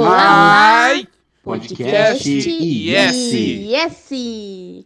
Olá! Podcast IS. IS.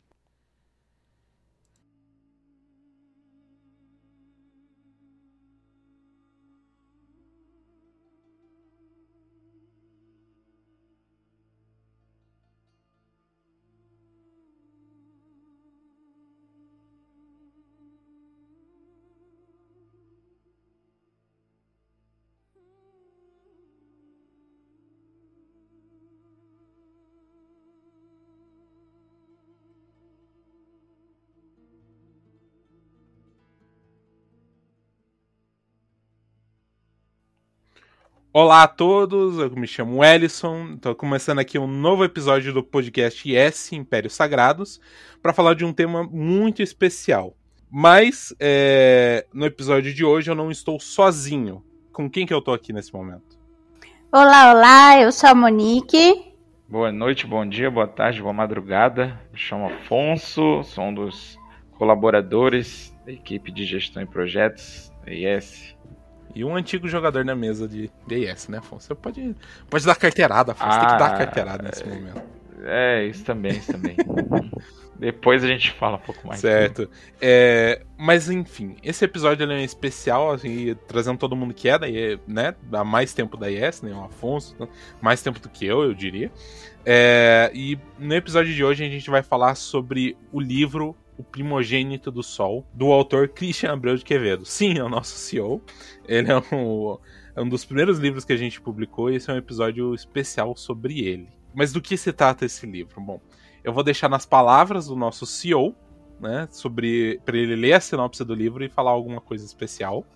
Olá a todos, eu me chamo Ellison, estou começando aqui um novo episódio do podcast IS, Impérios Sagrados, para falar de um tema muito especial. Mas, no episódio de hoje eu não estou sozinho. Com quem que eu estou aqui nesse momento? Olá, eu sou a Monique. Boa noite, bom dia, boa tarde, boa madrugada. Me chamo Afonso, sou um dos colaboradores da equipe de gestão e projetos da IS. E um antigo jogador na mesa de IS, né, Afonso? Você pode dar carteirada, Afonso. Tem que dar carteirada nesse momento. Isso também. Depois a gente fala um pouco mais. Certo. Mas, enfim, esse episódio ele é especial, assim, trazendo todo mundo que daí, né, há mais tempo da IS, né, o Afonso, mais tempo do que eu diria. E no episódio de hoje a gente vai falar sobre o livro O Primogênito do Sol, do autor Christian Abreu de Quevedo. Sim, é o nosso CEO. Ele é um dos primeiros livros que a gente publicou e esse é um episódio especial sobre ele. Mas do que se trata esse livro? Bom, eu vou deixar nas palavras do nosso CEO, né, para ele ler a sinopse do livro e falar alguma coisa especial.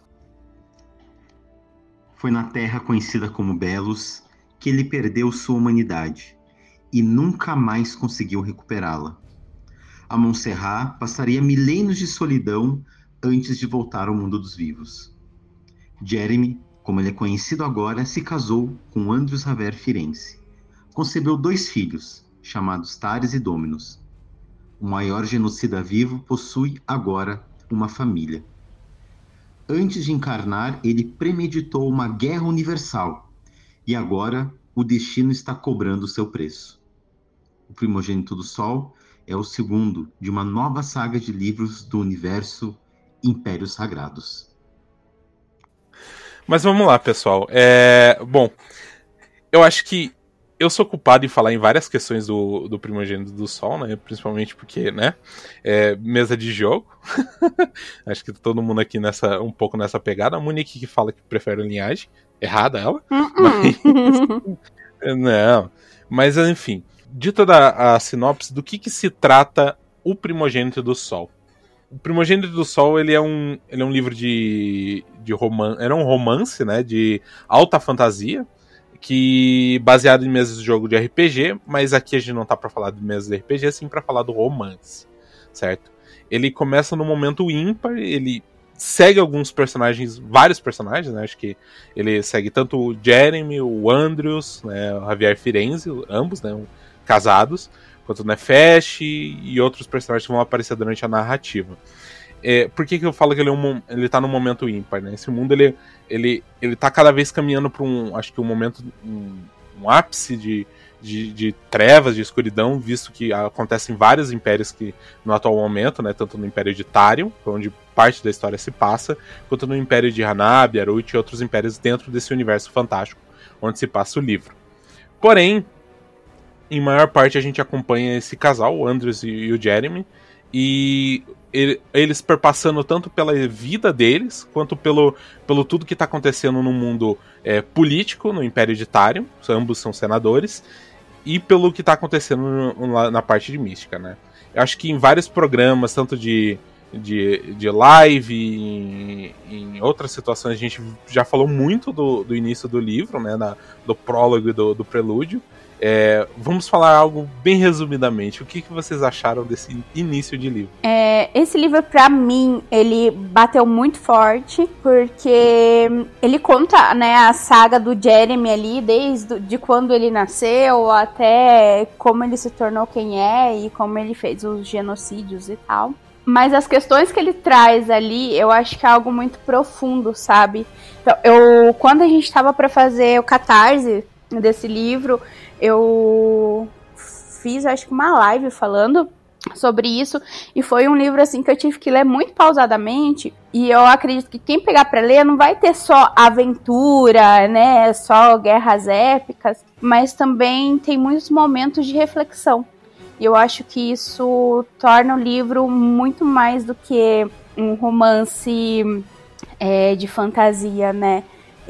Foi na terra conhecida como Belos que ele perdeu sua humanidade e nunca mais conseguiu recuperá-la. A Montserrat passaria milênios de solidão antes de voltar ao mundo dos vivos. Jeremy, como ele é conhecido agora, se casou com Andrews Raver Firenze. Concebeu 2 filhos, chamados Tares e Dominus. O maior genocida vivo possui agora uma família. Antes de encarnar, ele premeditou uma guerra universal e agora o destino está cobrando seu preço. O Primogênito do Sol é o segundo de uma nova saga de livros do universo Impérios Sagrados. Mas vamos lá, pessoal. Bom, eu acho que eu sou culpado em falar em várias questões do Primogênito do Sol, né? Principalmente porque, né? Mesa de jogo. Acho que todo mundo aqui um pouco nessa pegada. A Monique que fala que prefere linhagem. Errada ela. Não. Mas, enfim. Dita a sinopse, do que se trata O Primogênito do Sol? O Primogênito do Sol, ele é um livro de romance, era um romance, né, de alta fantasia, que baseado em mesas de jogo de RPG, mas aqui a gente não tá pra falar de mesas de RPG, sim pra falar do romance, certo? Ele começa no momento ímpar, ele segue vários personagens, né, acho que ele segue tanto o Jeremy, o Andrews, né, o Javier Firenze, ambos, né, casados, quanto o Nefesh e outros personagens que vão aparecer durante a narrativa. Por que eu falo que ele tá no momento ímpar, né? Esse mundo, ele tá cada vez caminhando para acho que um momento, um ápice de trevas, de escuridão, visto que acontecem vários impérios no atual momento, né? Tanto no Império de Tarion, onde parte da história se passa, quanto no Império de Hanabi, Arut e outros impérios dentro desse universo fantástico, onde se passa o livro. Porém, em maior parte a gente acompanha esse casal, o Andrews e o Jeremy, e eles perpassando tanto pela vida deles, quanto pelo tudo que está acontecendo no mundo político, no Império de Tarion, ambos são senadores, e pelo que está acontecendo na parte de mística, né? Eu acho que em vários programas, tanto de live, em outras situações, a gente já falou muito do início do livro, né? Do prólogo e do prelúdio. Vamos falar algo bem resumidamente. O que vocês acharam desse início de livro? Esse livro, pra mim, ele bateu muito forte, porque ele conta, né, a saga do Jeremy ali, desde quando ele nasceu até como ele se tornou quem é e como ele fez os genocídios e tal. Mas as questões que ele traz ali, eu acho que é algo muito profundo, sabe? Então, quando a gente tava pra fazer o Catarse, desse livro, eu fiz, acho que uma live falando sobre isso, e foi um livro assim que eu tive que ler muito pausadamente, e eu acredito que quem pegar para ler não vai ter só aventura, né, só guerras épicas, mas também tem muitos momentos de reflexão. E eu acho que isso torna o livro muito mais do que um romance de fantasia, né?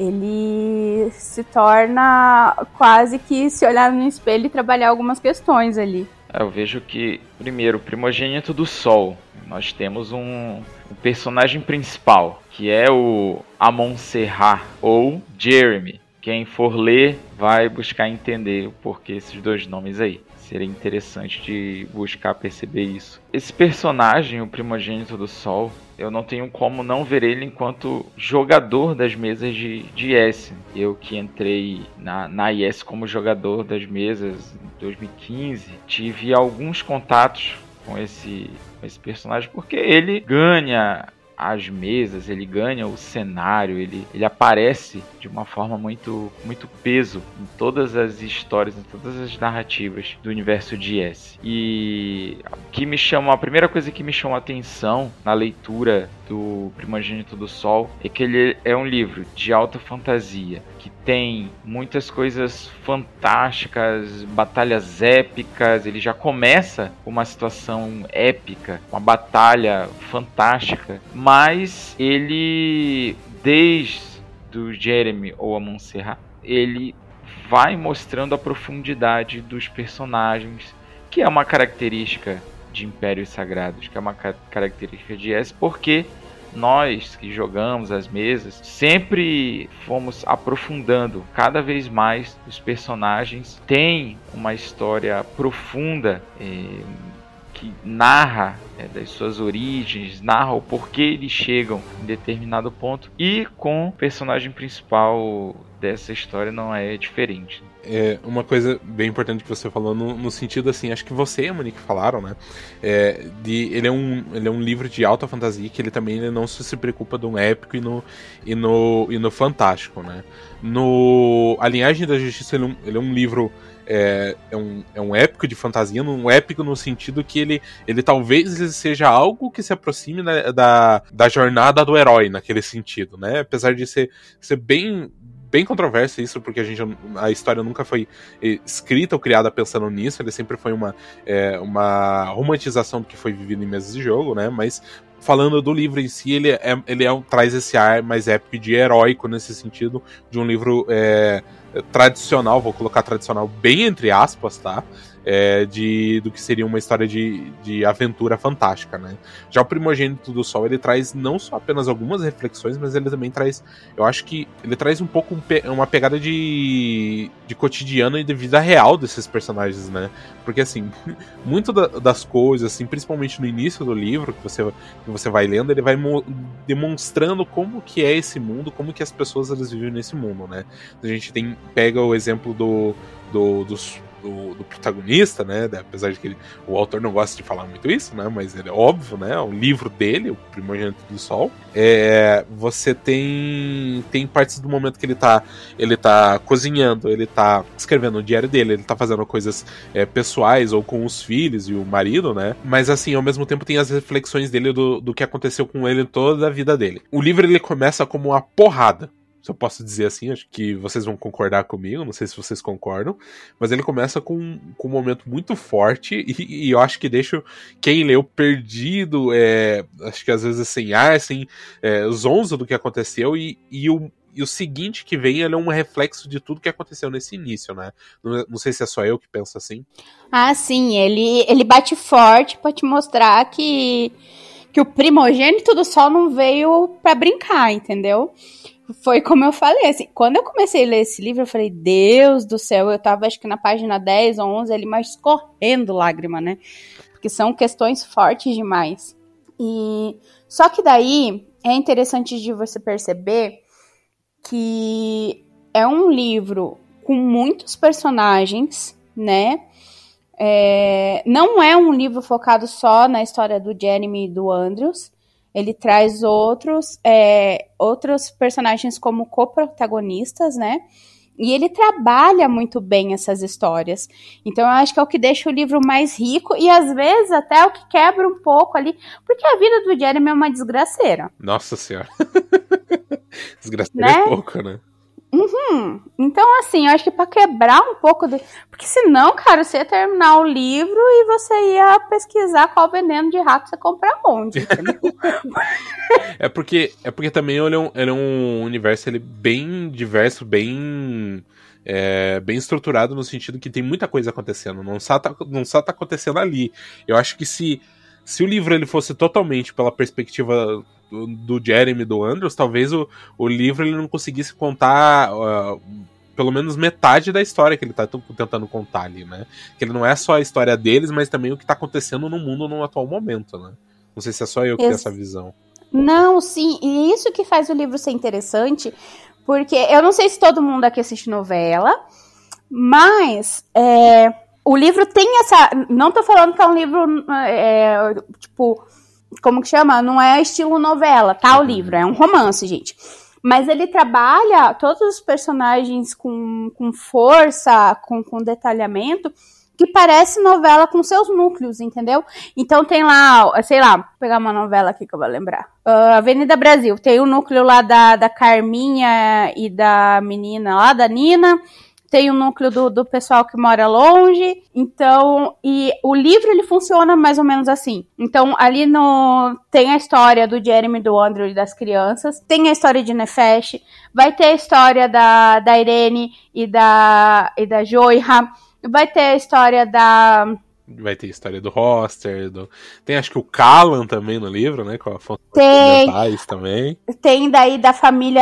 Ele se torna quase que se olhar no espelho e trabalhar algumas questões ali. Eu vejo que, primeiro, o Primogênito do Sol. Nós temos um personagem principal, que é o Amon-Será, ou Jeremy. Quem for ler vai buscar entender o porquê esses dois nomes aí. Seria interessante de buscar perceber isso. Esse personagem, o Primogênito do Sol, eu não tenho como não ver ele enquanto jogador das mesas de Essen. Eu que entrei na IS como jogador das mesas em 2015, tive alguns contatos com esse personagem, porque ele ganha as mesas, ele ganha o cenário, ele aparece de uma forma muito peso em todas as histórias, em todas as narrativas do universo de S. E a primeira coisa que me chamou a atenção na leitura do Primogênito do Sol é que ele é um livro de alta fantasia, que tem muitas coisas fantásticas, batalhas épicas. Ele já começa com uma situação épica, uma batalha fantástica, mas ele, desde o Jeremy ou a Montserrat, ele vai mostrando a profundidade dos personagens, que é uma característica de Impérios Sagrados, que é uma característica de S, porque nós que jogamos as mesas sempre fomos aprofundando cada vez mais os personagens. Tem uma história profunda que narra das suas origens, narra o porquê eles chegam em determinado ponto, e com o personagem principal dessa história não é diferente. É uma coisa bem importante que você falou no sentido assim, acho que você e a Monique falaram, né? Ele é um livro de alta fantasia, que ele também não se preocupa do épico e no fantástico, né? A Linhagem da Justiça, ele é um livro. É um épico de fantasia, um épico no sentido que ele talvez seja algo que se aproxime da jornada do herói, naquele sentido, né? Apesar de ser bem controverso isso, porque a história nunca foi escrita ou criada pensando nisso, ele sempre foi uma romantização do que foi vivido em mesas de jogo, né? Mas falando do livro em si, ele traz esse ar mais épico de heróico nesse sentido, de um livro tradicional, vou colocar tradicional bem entre aspas, tá? Do que seria uma história de aventura fantástica, né? Já o Primogênito do Sol, ele traz não só apenas algumas reflexões, mas ele também traz, eu acho que ele traz um pouco uma pegada de cotidiano e de vida real desses personagens, né? Porque assim, muito das coisas, assim, principalmente no início do livro que você vai lendo, ele vai demonstrando como que é esse mundo, como que as pessoas elas vivem nesse mundo, né? A gente pega o exemplo do protagonista, né? Apesar de que o autor não gosta de falar muito isso, né? Mas ele é óbvio, né? O livro dele, o Primogênito do Sol, você tem partes do momento que ele tá cozinhando, ele tá escrevendo o diário dele, ele tá fazendo coisas pessoais ou com os filhos e o marido, né? Mas assim, ao mesmo tempo tem as reflexões dele do que aconteceu com ele toda a vida dele. O livro ele começa como uma porrada, se eu posso dizer assim, acho que vocês vão concordar comigo, não sei se vocês concordam, mas ele começa com um momento muito forte e eu acho que deixa quem leu perdido, acho que às vezes sem ar, assim, zonzo do que aconteceu, e o seguinte que vem, ele é um reflexo de tudo que aconteceu nesse início, né? Não sei se é só eu que penso assim. Ah, sim, ele bate forte pra te mostrar que o Primogênito do Sol não veio pra brincar, entendeu? Foi como eu falei, assim, quando eu comecei a ler esse livro, eu falei, Deus do céu, eu tava acho que na página 10 ou 11, ali, mas escorrendo lágrima, né? Porque são questões fortes demais. Só que daí, é interessante de você perceber que é um livro com muitos personagens, né? Não é um livro focado só na história do Jeremy e do Andrews. Ele traz outros personagens como coprotagonistas, né? E ele trabalha muito bem essas histórias. Então eu acho que é o que deixa o livro mais rico e às vezes até o que quebra um pouco ali, porque a vida do Jeremy é uma desgraceira. Nossa senhora. Desgraçado, né? É pouco, né? Então, assim, eu acho que pra quebrar um pouco do... Porque senão, cara, você ia terminar o livro e você ia pesquisar qual veneno de rato você compra onde, entendeu? É porque também ele é um universo bem diverso, bem estruturado no sentido que tem muita coisa acontecendo. Não só tá acontecendo ali. Eu acho que se o livro ele fosse totalmente pela perspectiva do Jeremy e do Andrews, talvez o livro ele não conseguisse contar pelo menos metade da história que ele tá tentando contar ali, né? Que ele não é só a história deles, mas também o que tá acontecendo no mundo no atual momento, né? Não sei se é só eu que tenho essa visão. Não, sim, e isso que faz o livro ser interessante, porque eu não sei se todo mundo aqui assiste novela, mas o livro tem essa... Não tô falando que é um livro, tipo, como que chama? Não é estilo novela, tá? O livro, é um romance, gente. Mas ele trabalha todos os personagens com força, com detalhamento, que parece novela com seus núcleos, entendeu? Então tem lá, sei lá, vou pegar uma novela aqui que eu vou lembrar. Avenida Brasil, tem o núcleo lá da Carminha e da menina lá, da Nina. Tem o núcleo do pessoal que mora longe. Então, e o livro ele funciona mais ou menos assim. Então, ali tem a história do Jeremy, do Andrew e das crianças. Tem a história de Nefesh. Vai ter a história da Irene e da Joiha. Vai ter a história da... Vai ter a história do Hoster. Tem acho que o Callan também no livro, né? Com a fonte mentais também. Tem daí da família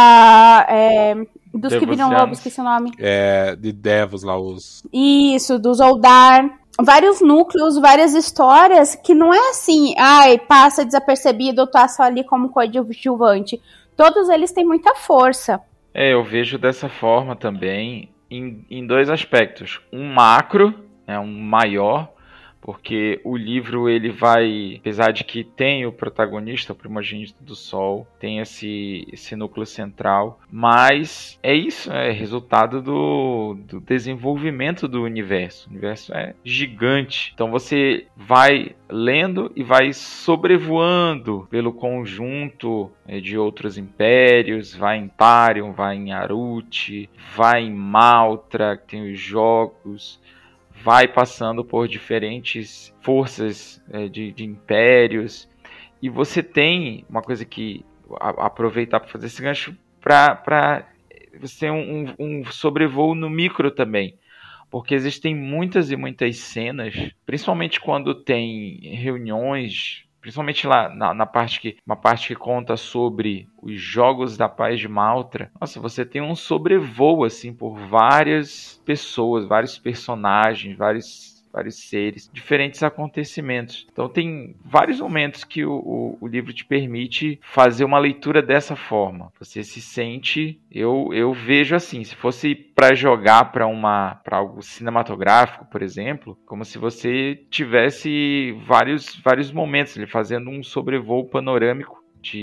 dos que viram lobos, esqueci o nome. De Devos lá, os... Isso, dos Oldar. Vários núcleos, várias histórias que não é assim, passa desapercebido ou tá só ali como coadjuvante. Todos eles têm muita força. Eu vejo dessa forma também em dois aspectos. Um macro, um maior, porque o livro ele vai, apesar de que tem o protagonista, o primogênito do Sol, tem esse núcleo central, mas é isso, é resultado do desenvolvimento do universo. O universo é gigante, então você vai lendo e vai sobrevoando pelo conjunto de outros impérios, vai em Tarion, vai em Arut, vai em Maltra, que tem os jogos, vai passando por diferentes forças de impérios, e você tem uma coisa que aproveitar para fazer esse gancho para você ter um sobrevoo no micro também, porque existem muitas e muitas cenas, principalmente quando tem reuniões, principalmente lá uma parte que conta sobre os Jogos da Paz de Maltra. Nossa, você tem um sobrevoo assim por várias pessoas, vários personagens, vários seres, diferentes acontecimentos. Então tem vários momentos que o livro te permite fazer uma leitura dessa forma. Você se sente, eu vejo assim, se fosse para jogar para algo cinematográfico, por exemplo, como se você tivesse vários momentos ali fazendo um sobrevoo panorâmico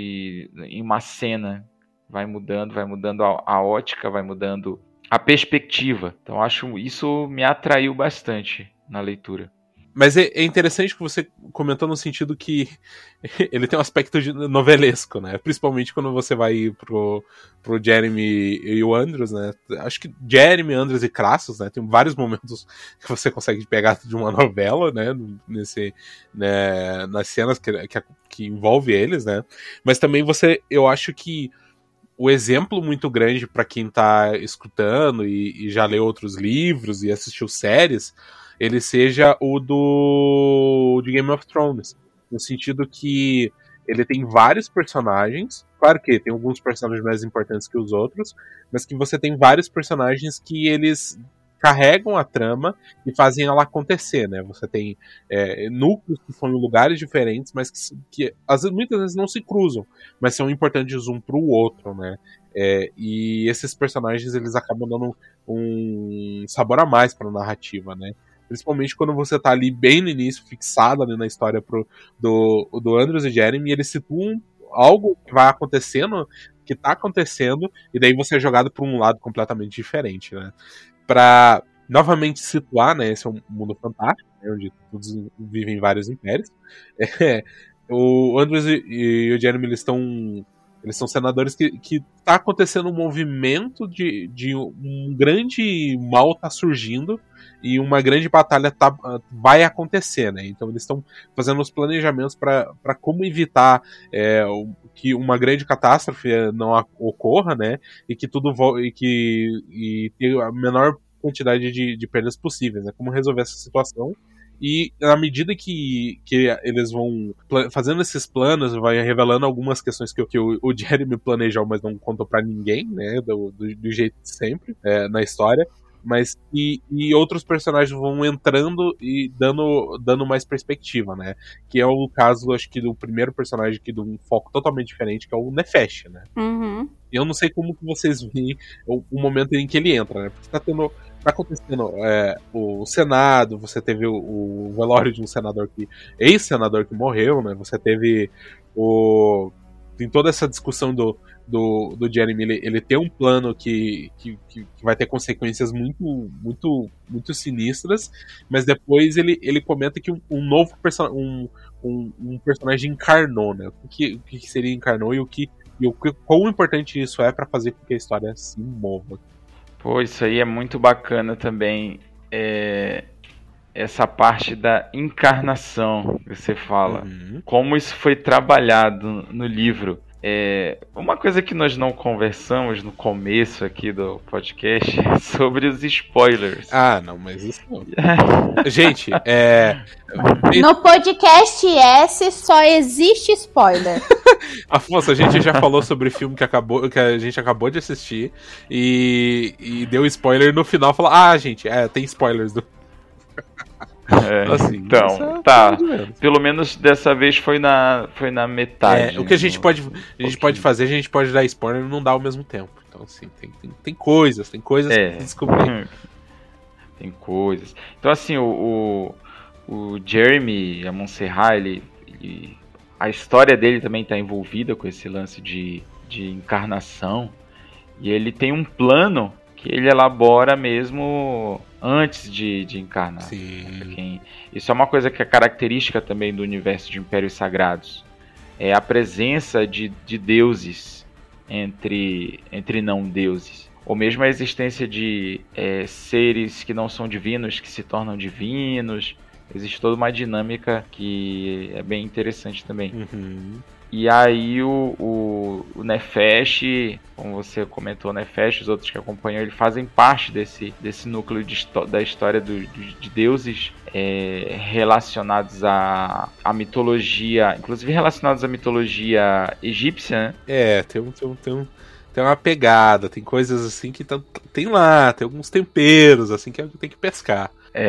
em uma cena. Vai mudando a ótica, vai mudando a perspectiva. Então acho isso me atraiu bastante na leitura. Mas é interessante que você comentou no sentido que ele tem um aspecto novelesco, né? Principalmente quando você vai pro Jeremy e o Andrews, né? Acho que Jeremy, Andrews e Crassus, né? Tem vários momentos que você consegue pegar de uma novela, né? Nas cenas que envolve eles, né? Mas também eu acho que o exemplo muito grande para quem tá escutando e já leu outros livros e assistiu séries, ele seja o de Game of Thrones, no sentido que ele tem vários personagens, claro que tem alguns personagens mais importantes que os outros, mas que você tem vários personagens que eles carregam a trama e fazem ela acontecer, né? Você tem núcleos que são em lugares diferentes, mas que muitas vezes não se cruzam, mas são importantes um pro outro, né? E esses personagens eles acabam dando um sabor a mais para a narrativa, né? Principalmente quando você tá ali bem no início, fixado ali na história do Andrews e Jeremy, e eles situam algo que vai acontecendo que tá acontecendo, e daí você é jogado por um lado completamente diferente, né? Pra novamente situar, né? Esse é um mundo fantástico, né, onde todos vivem em vários impérios. O Andrews e o Jeremy, eles são senadores que tá acontecendo um movimento de um grande mal tá surgindo e uma grande batalha vai acontecer, né? Então eles estão fazendo os planejamentos para como evitar que uma grande catástrofe não ocorra, né? E que tudo e ter a menor quantidade de perdas possíveis, né? Como resolver essa situação. E na medida que eles vão fazendo esses planos, vai revelando algumas questões que o Jeremy planejou, mas não contou pra ninguém, né? Do jeito de sempre na história. Mas e outros personagens vão entrando e dando mais perspectiva, né? Que é o caso, acho que, do primeiro personagem que dá um foco totalmente diferente, que é o Nefesh, né? Uhum. E eu não sei como que vocês veem o momento em que ele entra, né? Porque tá acontecendo o Senado, você teve o velório de um senador ex-senador que morreu, né? Você teve tem toda essa discussão do Jeremy, ele tem um plano que vai ter consequências muito, muito, muito sinistras, mas depois ele comenta que um novo um personagem encarnou, né? O que seria encarnou e quão importante isso é para fazer com que a história se mova. Pô, isso aí é muito bacana também, essa parte da encarnação que você fala. Uhum. Como isso foi trabalhado no livro. Uma coisa que nós não conversamos no começo aqui do podcast é sobre os spoilers. Ah, não, mas isso não. Gente, no podcast S só existe spoiler. Afonso, a gente já falou sobre o filme que a gente acabou de assistir e deu spoiler no final, falou, gente, tem spoilers do... Assim, então, tá. Pelo menos dessa vez foi na metade. O que a gente pode fazer, a gente pode dar spoiler e não dar ao mesmo tempo. Então, assim, tem coisas que descobrir. Tem coisas. Então, assim, o Jeremy, a Montserrat, a história dele também está envolvida com esse lance de encarnação. E ele tem um plano que ele elabora mesmo antes de encarnar. Sim. Isso é uma coisa que é característica também do universo de Impérios Sagrados. É a presença de deuses entre não deuses. Ou mesmo a existência de seres que não são divinos, que se tornam divinos. Existe toda uma dinâmica que é bem interessante também. Uhum. E aí o Nefesh, como você comentou, o Nefesh, os outros que acompanham, eles fazem parte desse núcleo da história de deuses relacionados à mitologia, inclusive relacionados à mitologia egípcia, né? Tem uma pegada, tem coisas assim que tem lá, tem alguns temperos assim que tem que pescar.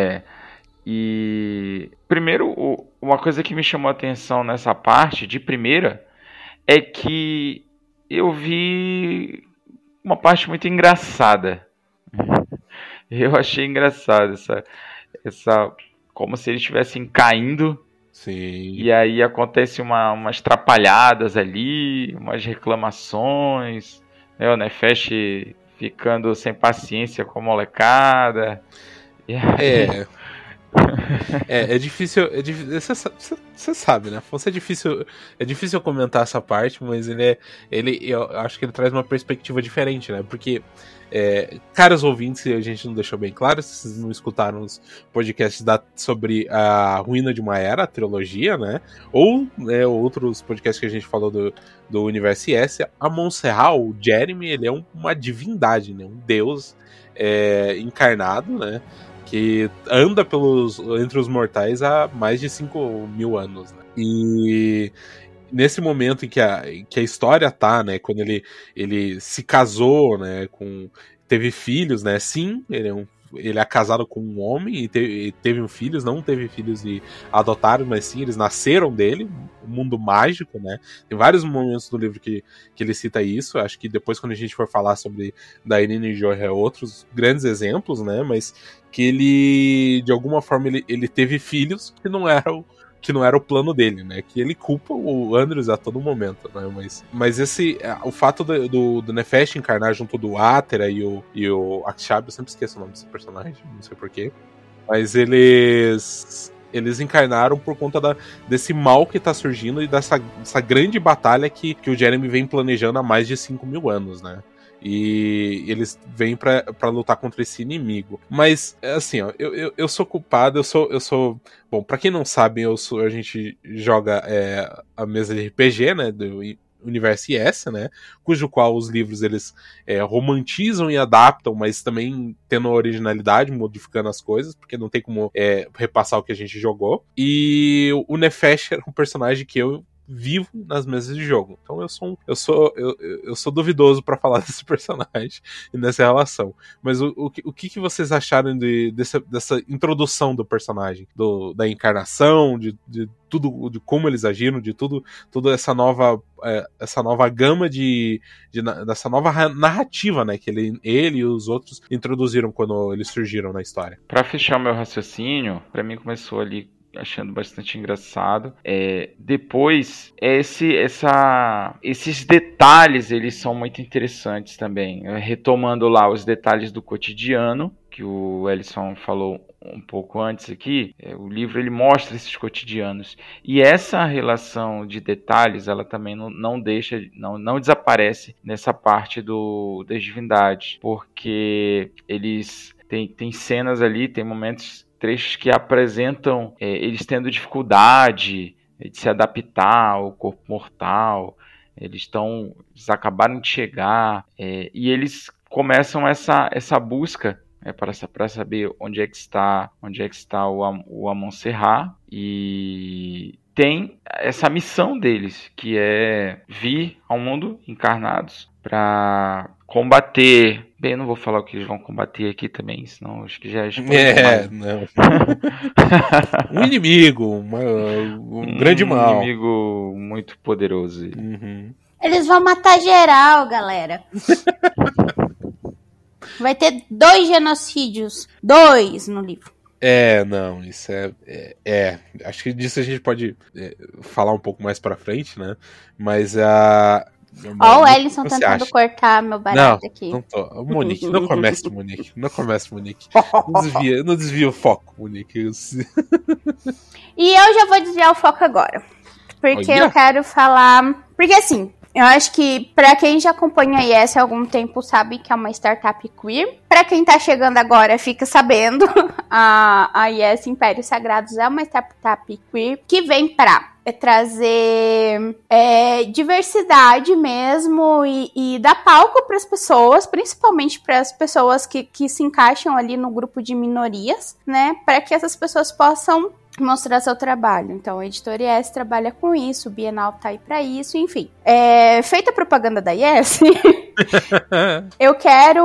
E primeiro, uma coisa que me chamou a atenção nessa parte, de primeira, é que eu vi uma parte muito engraçada. Eu achei engraçado essa como se eles estivessem caindo. Sim. E aí acontece umas trapalhadas ali, umas reclamações, né? O Nefesh ficando sem paciência com a molecada. E aí... É difícil. Você sabe, né? É difícil comentar essa parte, mas eu acho que ele traz uma perspectiva diferente, né? Porque, caros ouvintes, a gente não deixou bem claro, se vocês não escutaram os podcasts sobre a Ruína de uma Era, a trilogia, né? Ou outros podcasts que a gente falou do Universo IS, a Montserrat, o Jeremy, ele é uma divindade, né? Um deus encarnado, né? Que anda entre os mortais há mais de 5.000 anos, né? E nesse momento em que a história tá, né? Quando ele se casou, né? Teve filhos, né? Sim, ele é casado com um homem e teve filhos, não teve filhos e adotaram, mas sim, eles nasceram dele, um mundo mágico, né? Tem vários momentos do livro que ele cita isso, acho que depois quando a gente for falar sobre Daenerys e Jorah, outros grandes exemplos, né? Mas que ele, de alguma forma, ele teve filhos que não eram que não era o plano dele, né? Que ele culpa o Andrews a todo momento, né? Mas o fato do Nefesh encarnar junto do Atera e o Akshab, eu sempre esqueço o nome desse personagem, não sei porquê. Mas eles encarnaram por conta desse mal que tá surgindo e dessa grande batalha que o Jeremy vem planejando há mais de 5.000 anos, né? E eles vêm pra lutar contra esse inimigo. Mas, assim, ó, eu sou culpado, eu sou... Bom, pra quem não sabe, a gente joga a mesa de RPG, né, do Universo IS, né, cujo qual os livros eles romantizam e adaptam, mas também tendo originalidade, modificando as coisas, porque não tem como repassar o que a gente jogou. E o Nefesh era um personagem que eu vivo nas mesas de jogo. Então eu sou duvidoso pra falar desse personagem e nessa relação. Mas o que vocês acharam dessa introdução do personagem? Da encarnação, de tudo, de como eles agiram, de toda essa nova gama dessa nova narrativa, né, que ele e os outros introduziram quando eles surgiram na história. Pra fechar o meu raciocínio, pra mim começou ali achando bastante engraçado. Depois, esses detalhes, eles são muito interessantes também. Retomando lá os detalhes do cotidiano, que o Ellison falou um pouco antes aqui, o livro ele mostra esses cotidianos. E essa relação de detalhes, ela também não desaparece nessa parte das divindades, porque eles têm cenas ali, tem momentos, trechos que apresentam eles tendo dificuldade de se adaptar ao corpo mortal, eles acabaram de chegar, e eles começam essa busca para saber onde é que está o Amon-Será, e tem essa missão deles, que é vir ao mundo encarnados para combater. Bem, eu não vou falar o que eles vão combater aqui também, senão acho que já é não. Um inimigo, um grande mal. Um inimigo muito poderoso. Uhum. Eles vão matar geral, galera. Vai ter 2 genocídios. 2 no livro. Não, isso acho que disso a gente pode falar um pouco mais pra frente, né? Mas Ó, o Ellison tentando cortar meu barato aqui. Não tô. Monique, não comece, Monique. Não comece, Monique. Não desvia o foco, Monique. E eu já vou desviar o foco agora. Porque eu quero falar... Porque assim, eu acho que pra quem já acompanha a IS há algum tempo sabe que é uma startup queer. Pra quem tá chegando agora, fica sabendo. A IS Impérios Sagrados é uma startup queer que vem pra trazer diversidade mesmo e dar palco para as pessoas, principalmente para as pessoas que se encaixam ali no grupo de minorias, né? Para que essas pessoas possam mostrar seu trabalho. Então, a Editora IS trabalha com isso, o Bienal tá aí para isso, enfim. Feita a propaganda da IS, eu quero...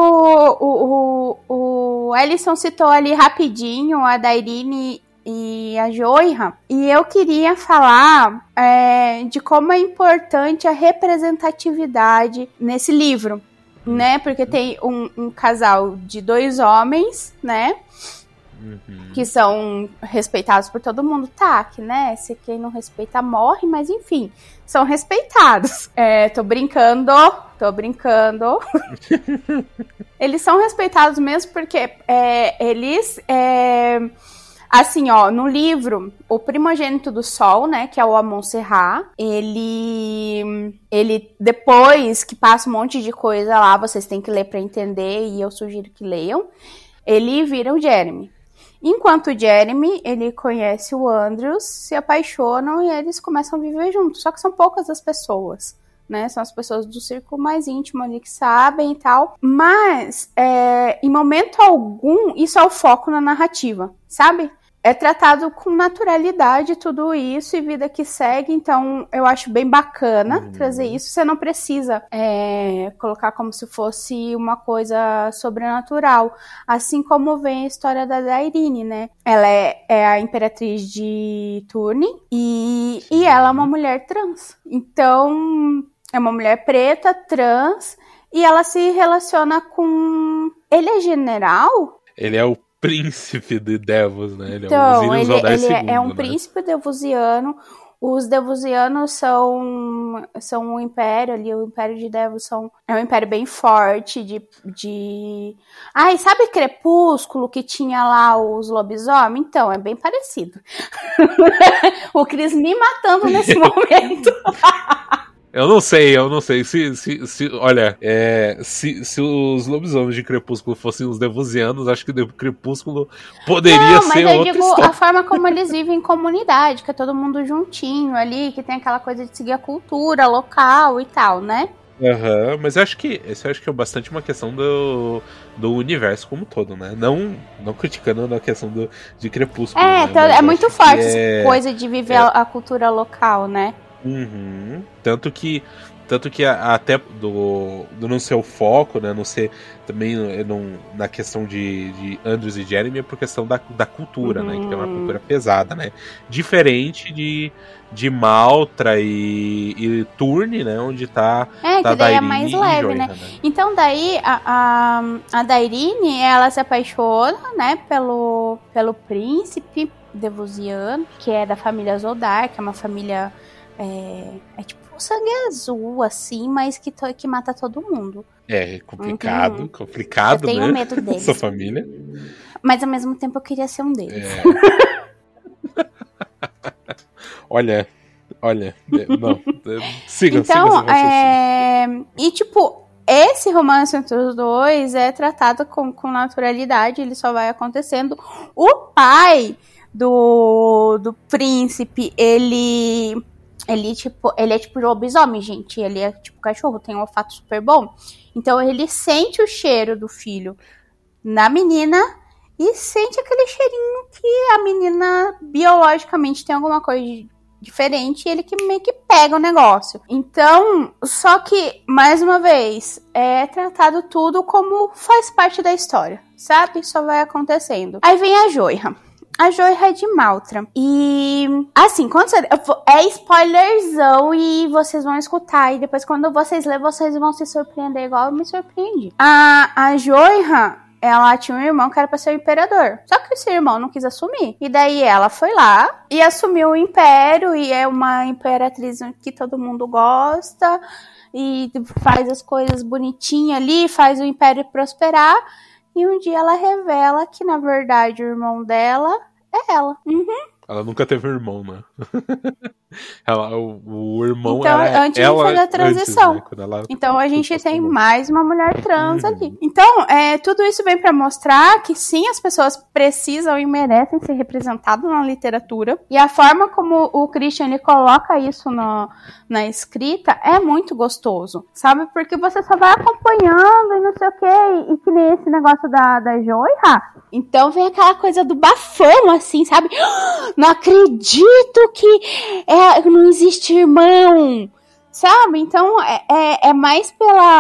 O Ellison citou ali rapidinho a Dairine e a Joiha, e eu queria falar de como é importante a representatividade nesse livro, né? Porque tem um casal de 2 homens, né? Uhum. Que são respeitados por todo mundo. Tá, que, né? Se quem não respeita morre, mas enfim, são respeitados. Tô brincando. Eles são respeitados mesmo porque eles... Assim, ó, no livro, o primogênito do Sol, né, que é o Amon-Será, ele depois que passa um monte de coisa lá, vocês têm que ler pra entender, e eu sugiro que leiam, ele vira o Jeremy. Enquanto o Jeremy, ele conhece o Andrews, se apaixonam e eles começam a viver juntos, só que são poucas as pessoas, né, são as pessoas do círculo mais íntimo ali que sabem e tal, mas em momento algum, isso é o foco na narrativa, sabe? É tratado com naturalidade tudo isso e vida que segue, então eu acho bem bacana trazer isso. Você não precisa colocar como se fosse uma coisa sobrenatural, assim como vem a história da Dairine, né? Ela é a imperatriz de Turning e ela é uma mulher trans. Então, é uma mulher preta, trans, e ela se relaciona com... Ele é general? Ele é o príncipe de Devos, né? Ele Então, é um ele é II, um né? príncipe devusiano. Os devusianos são um império ali, o Império de Devos é um império bem forte Ai, sabe Crepúsculo que tinha lá os lobisomens? Então, é bem parecido. O Chris me matando nesse momento. Eu não sei. Olha, se os lobisomens de Crepúsculo fossem os devusianos, acho que o Crepúsculo poderia ser outra história. Não, mas eu digo a forma como eles vivem em comunidade, que é todo mundo juntinho ali, que tem aquela coisa de seguir a cultura local e tal, né? Mas eu acho que é bastante uma questão do universo como um todo, né? Não criticando na questão de Crepúsculo. Né? É muito forte essa coisa de viver a cultura local, né? Uhum. Tanto que até do não ser o foco, né? Não ser também na questão de Andrews e Jeremy, é por questão da cultura, né? Que tem uma cultura pesada, né? Diferente de Maltra e Turne, né? Onde tá que daí Dairine é mais leve, Joiha, né? Então daí a Dairine, ela se apaixona, né? Pelo príncipe devusiano, que é da família Zoldar, que é uma família é tipo sangue azul, assim, mas que mata todo mundo. É complicado, complicado, eu tenho né? medo deles. Sua família. Mas ao mesmo tempo eu queria ser um deles. Olha, não, siga então, assim. E tipo, esse romance entre os dois é tratado com naturalidade, ele só vai acontecendo. O pai do príncipe, ele é tipo lobisomem, gente. Ele é tipo cachorro, tem um olfato super bom. Então ele sente o cheiro do filho na menina e sente aquele cheirinho que a menina biologicamente tem alguma coisa diferente e ele que meio que pega o negócio. Então, só que, mais uma vez, é tratado tudo como faz parte da história, sabe? Só vai acontecendo. Aí vem a Joiha. A Joiha é de Maltra. E, assim, é spoilerzão e vocês vão escutar. E depois, quando vocês lerem, vocês vão se surpreender igual eu me surpreendi. A Joiha, ela tinha um irmão que era pra ser o imperador. Só que esse irmão não quis assumir. E daí ela foi lá e assumiu o império. E é uma imperatriz que todo mundo gosta. E faz as coisas bonitinhas ali, faz o império prosperar. E um dia ela revela que, na verdade, o irmão dela é ela. Ela nunca teve um irmão, né? O irmão então, era antes ela de fazer a transição. Antes, né? Então a gente tem mais uma mulher trans ali. Então, tudo isso vem pra mostrar que sim, as pessoas precisam e merecem ser representadas na literatura. E a forma como o Christian ele coloca isso na escrita é muito gostoso, sabe? Porque você só vai acompanhando e não sei o quê. E que nem esse negócio da Joiha. Então vem aquela coisa do bafão, assim, sabe? Não acredito que não existe irmão, sabe? Então é mais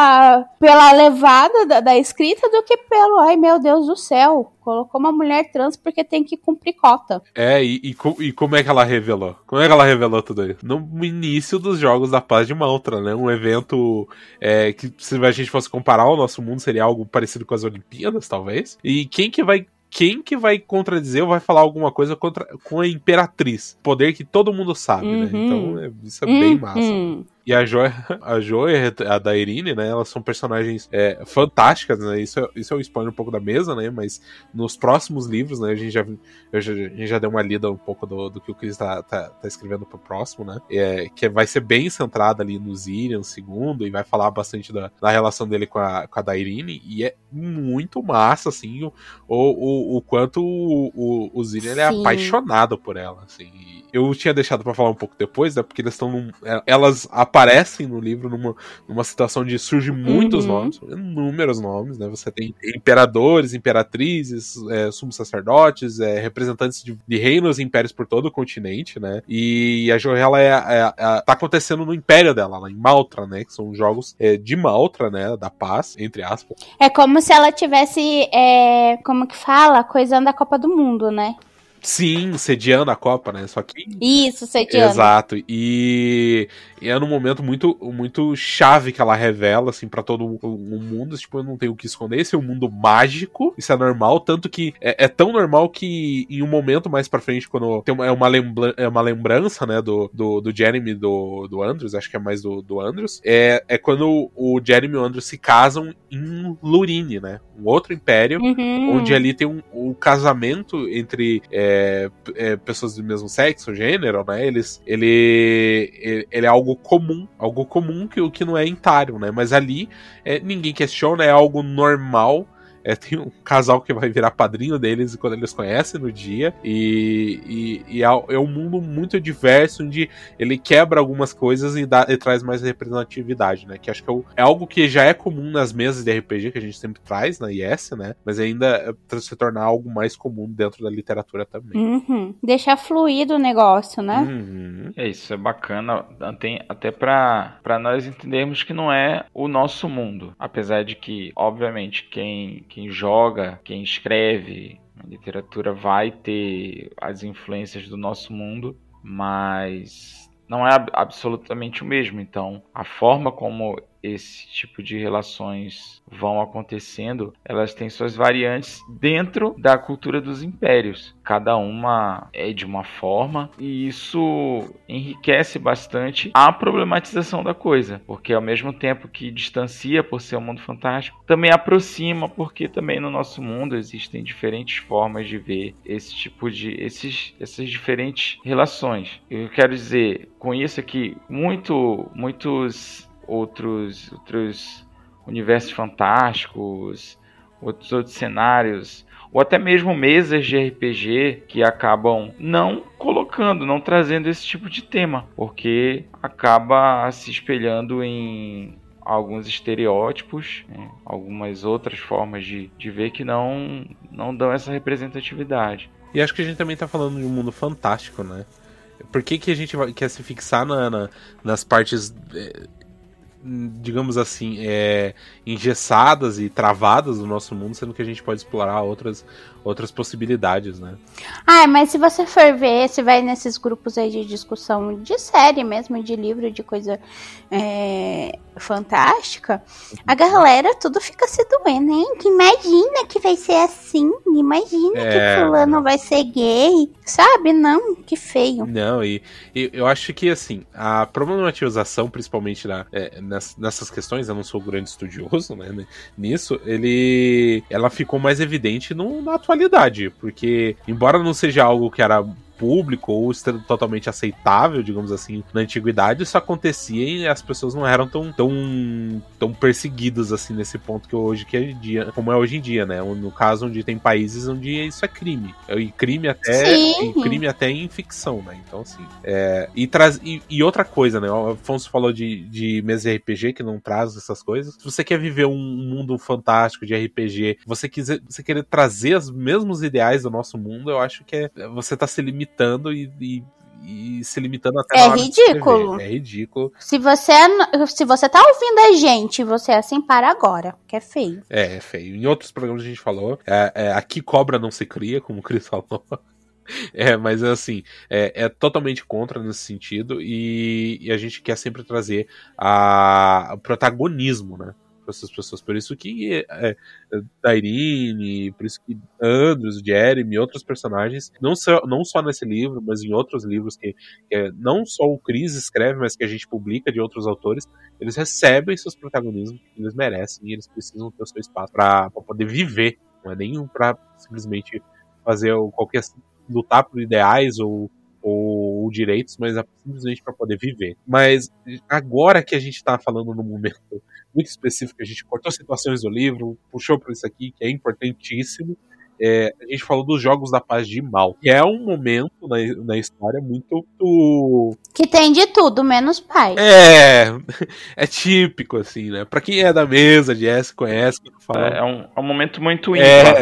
pela levada da escrita do que pelo, ai meu Deus do céu, colocou uma mulher trans porque tem que cumprir cota. E como é que ela revelou? Como é que ela revelou tudo isso? No início dos Jogos da Paz de Maltra, né? Um evento que, se a gente fosse comparar ao nosso mundo, seria algo parecido com as Olimpíadas, talvez. E quem que vai contradizer ou vai falar alguma coisa com a Imperatriz? Poder que todo mundo sabe, né? Então, isso é bem massa. E a Joiha e a Dairine, né? Elas são personagens fantásticas, né? Isso é um spoiler um pouco da mesa, né? Mas nos próximos livros, né? A gente já deu uma lida um pouco do que o Chris tá escrevendo pro próximo, né? Que vai ser bem centrado ali no Zirian II e vai falar bastante da relação dele com a Dairine. E é muito massa, assim, o quanto o Zirian é apaixonado por ela, assim. Eu tinha deixado pra falar um pouco depois, né? Porque elas aparecem no livro numa situação de surge muitos nomes, inúmeros nomes, né? Você tem imperadores, imperatrizes, sumos sacerdotes, representantes de reinos e impérios por todo o continente, né? E a Joiha, tá acontecendo no império dela, lá em Maltra, né? Que são jogos de Maltra, né? Da paz, entre aspas. É como se ela tivesse, como que fala? Coisando a Copa do Mundo, né? Sim, sediando a Copa, né? Só que... Isso, sediando. Exato. E é num momento muito, muito chave que ela revela, assim, pra todo o mundo. Tipo, eu não tenho o que esconder. Esse é um mundo mágico, isso é normal. Tanto que é tão normal que em um momento mais pra frente, quando tem uma lembrança, né, do Jeremy e do Andrews, acho que é mais do Andrews, é quando o Jeremy e o Andrews se casam em Lurine, né? Um outro império, onde ali tem um casamento entre pessoas do mesmo sexo, gênero, né? Ele é algo comum que não é intário, né? Mas ali ninguém questiona, é algo normal. Tem um casal que vai virar padrinho deles quando eles conhecem no dia. E é um mundo muito diverso, onde ele quebra algumas coisas e traz mais representatividade, né? Que acho que é algo que já é comum nas mesas de RPG que a gente sempre traz na IS, né? Mas ainda se tornar algo mais comum dentro da literatura também. Deixar fluido o negócio, né? Isso é bacana, até pra nós entendermos que não é o nosso mundo. Apesar de que, obviamente, quem joga, quem escreve, a literatura vai ter as influências do nosso mundo, mas não é absolutamente o mesmo. Então, a forma como esse tipo de relações vão acontecendo, elas têm suas variantes dentro da cultura dos impérios. Cada uma é de uma forma, e isso enriquece bastante a problematização da coisa, porque ao mesmo tempo que distancia por ser um mundo fantástico, também aproxima, porque também no nosso mundo existem diferentes formas de ver esse tipo de essas diferentes relações. Eu quero dizer com isso é que muitos outros universos fantásticos, outros cenários, ou até mesmo mesas de RPG que acabam não trazendo esse tipo de tema, porque acaba se espelhando em alguns estereótipos, né, algumas outras formas de ver que não dão essa representatividade. E acho que a gente também tá falando de um mundo fantástico, né? Por que a gente quer se fixar nas partes, digamos assim, engessadas e travadas do nosso mundo, sendo que a gente pode explorar outras possibilidades, né? Mas se você for ver, você vai nesses grupos aí de discussão de série mesmo, de livro, de coisa fantástica, a galera tudo fica se doendo, hein? Que imagina que vai ser assim, imagina que fulano vai ser gay, sabe? Não, que feio. Não, e eu acho que, assim, a problematização, principalmente nessas questões, eu não sou um grande estudioso, né, nisso, ela ficou mais evidente na atualidade, porque, embora não seja algo que era público ou totalmente aceitável, digamos assim, na antiguidade, isso acontecia e as pessoas não eram tão perseguidas assim nesse ponto como é hoje em dia, né? No caso onde tem países onde isso é crime. E crime até em ficção, né? Então, assim. E outra coisa, né? O Afonso falou de mesa de RPG que não traz essas coisas. Se você quer viver um mundo fantástico de RPG, você querer trazer os mesmos ideais do nosso mundo, eu acho que você tá se limitando e se limitando até na hora ridículo. De escrever. É ridículo. Se você tá ouvindo a gente, você assim, para agora, que é feio. É feio. Em outros programas a gente falou, aqui cobra não se cria, como o Chris falou. Mas assim, é totalmente contra nesse sentido, e a gente quer sempre trazer o protagonismo, né? Essas pessoas, por isso que Dairine, por isso que Andrews, Jeremy e outros personagens, não só nesse livro, mas em outros livros que não só o Chris escreve, mas que a gente publica de outros autores, eles recebem seus protagonismos que eles merecem, e eles precisam ter o seu espaço para poder viver, não é nem para simplesmente fazer lutar por ideais ou direitos, mas simplesmente para poder viver. Mas agora que a gente está falando num momento muito específico, a gente cortou situações do livro, puxou por isso aqui, que é importantíssimo. A gente falou dos Jogos da Paz de Mal, que é um momento na história muito... Que tem de tudo, menos paz. É típico, assim, né? Pra quem é da mesa de S, conhece, fala. É um momento muito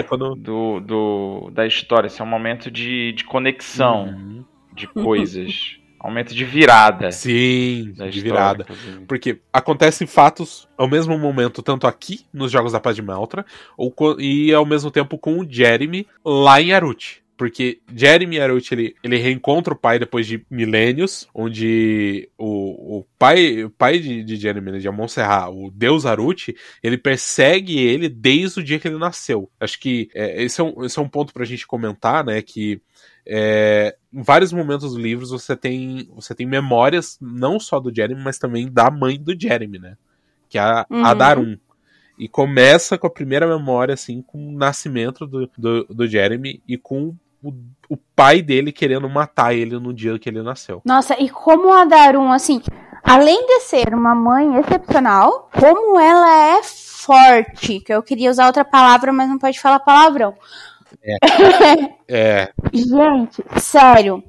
íntimo da história, assim, é um momento de conexão de coisas. Aumento de virada. Sim, de virada. Porque acontecem fatos ao mesmo momento, tanto aqui, nos Jogos da Paz de Maltra, e ao mesmo tempo com o Jeremy lá em Arut. porque Jeremy Aruch, ele reencontra o pai depois de milênios, onde o pai de Jeremy, né, de Amon-Será, o deus Aruch, ele persegue ele desde o dia que ele nasceu. Acho que esse é um ponto pra gente comentar, né, que em vários momentos dos livros você tem memórias não só do Jeremy, mas também da mãe do Jeremy, né, que é a Adarun. E começa com a primeira memória, assim, com o nascimento do Jeremy e com o pai dele querendo matar ele no dia que ele nasceu. Nossa, e como a Adarun, assim, além de ser uma mãe excepcional, como ela é forte, que eu queria usar outra palavra, mas não pode falar palavrão. Gente, sério.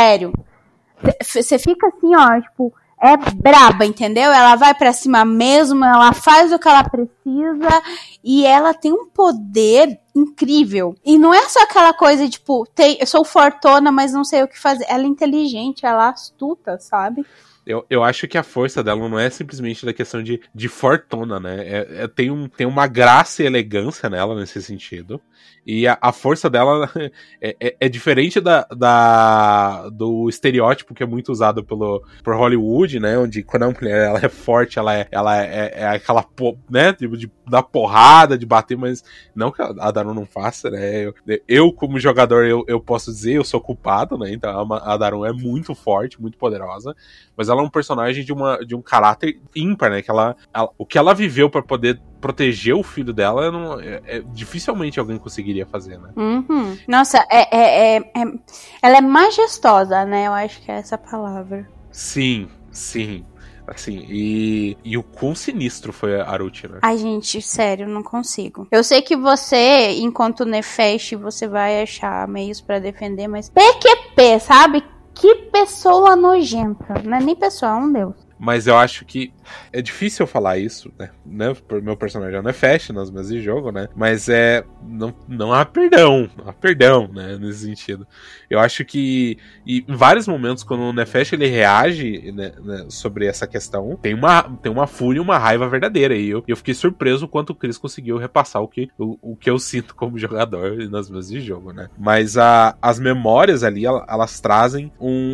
Você fica assim, ó, tipo, é braba, entendeu? Ela vai pra cima mesmo, ela faz o que ela precisa e ela tem um poder incrível. E não é só aquela coisa, tipo, eu sou fortona, mas não sei o que fazer. Ela é inteligente, ela é astuta, sabe? Eu acho que a força dela não é simplesmente da questão de fortuna, né? Tem uma graça e elegância nela nesse sentido. E a força dela é diferente do estereótipo que é muito usado por Hollywood, né? Onde quando a mulher ela é forte, ela é aquela, né? Tipo, de dar porrada, de bater, mas não que a Adarun não faça, né? Eu como jogador, eu posso dizer, eu sou culpado, né? Então a Adarun é muito forte, muito poderosa, mas ela é um personagem de um caráter ímpar, né? Que o que ela viveu pra poder proteger o filho dela, dificilmente alguém conseguiria fazer, né? Uhum. Nossa, ela é majestosa, né? Eu acho que é essa palavra. Sim. Assim, e o quão sinistro foi a Aruch, né? Ai, gente, sério, não consigo. Eu sei que você, enquanto Nefesh, você vai achar meios pra defender, mas PQP, sabe? Que pessoa nojenta. Não é nem pessoa, é um deus. Mas eu acho que é difícil eu falar isso, né? Meu personagem não é Nefesh nas mesas de jogo, né? Mas não há perdão, né? Nesse sentido. Eu acho que em vários momentos, quando o Nefesh ele reage, né, sobre essa questão, tem uma fúria e uma raiva verdadeira. E eu fiquei surpreso o quanto o Chris conseguiu repassar o que eu sinto como jogador nas mesas de jogo, né? Mas as memórias ali, elas trazem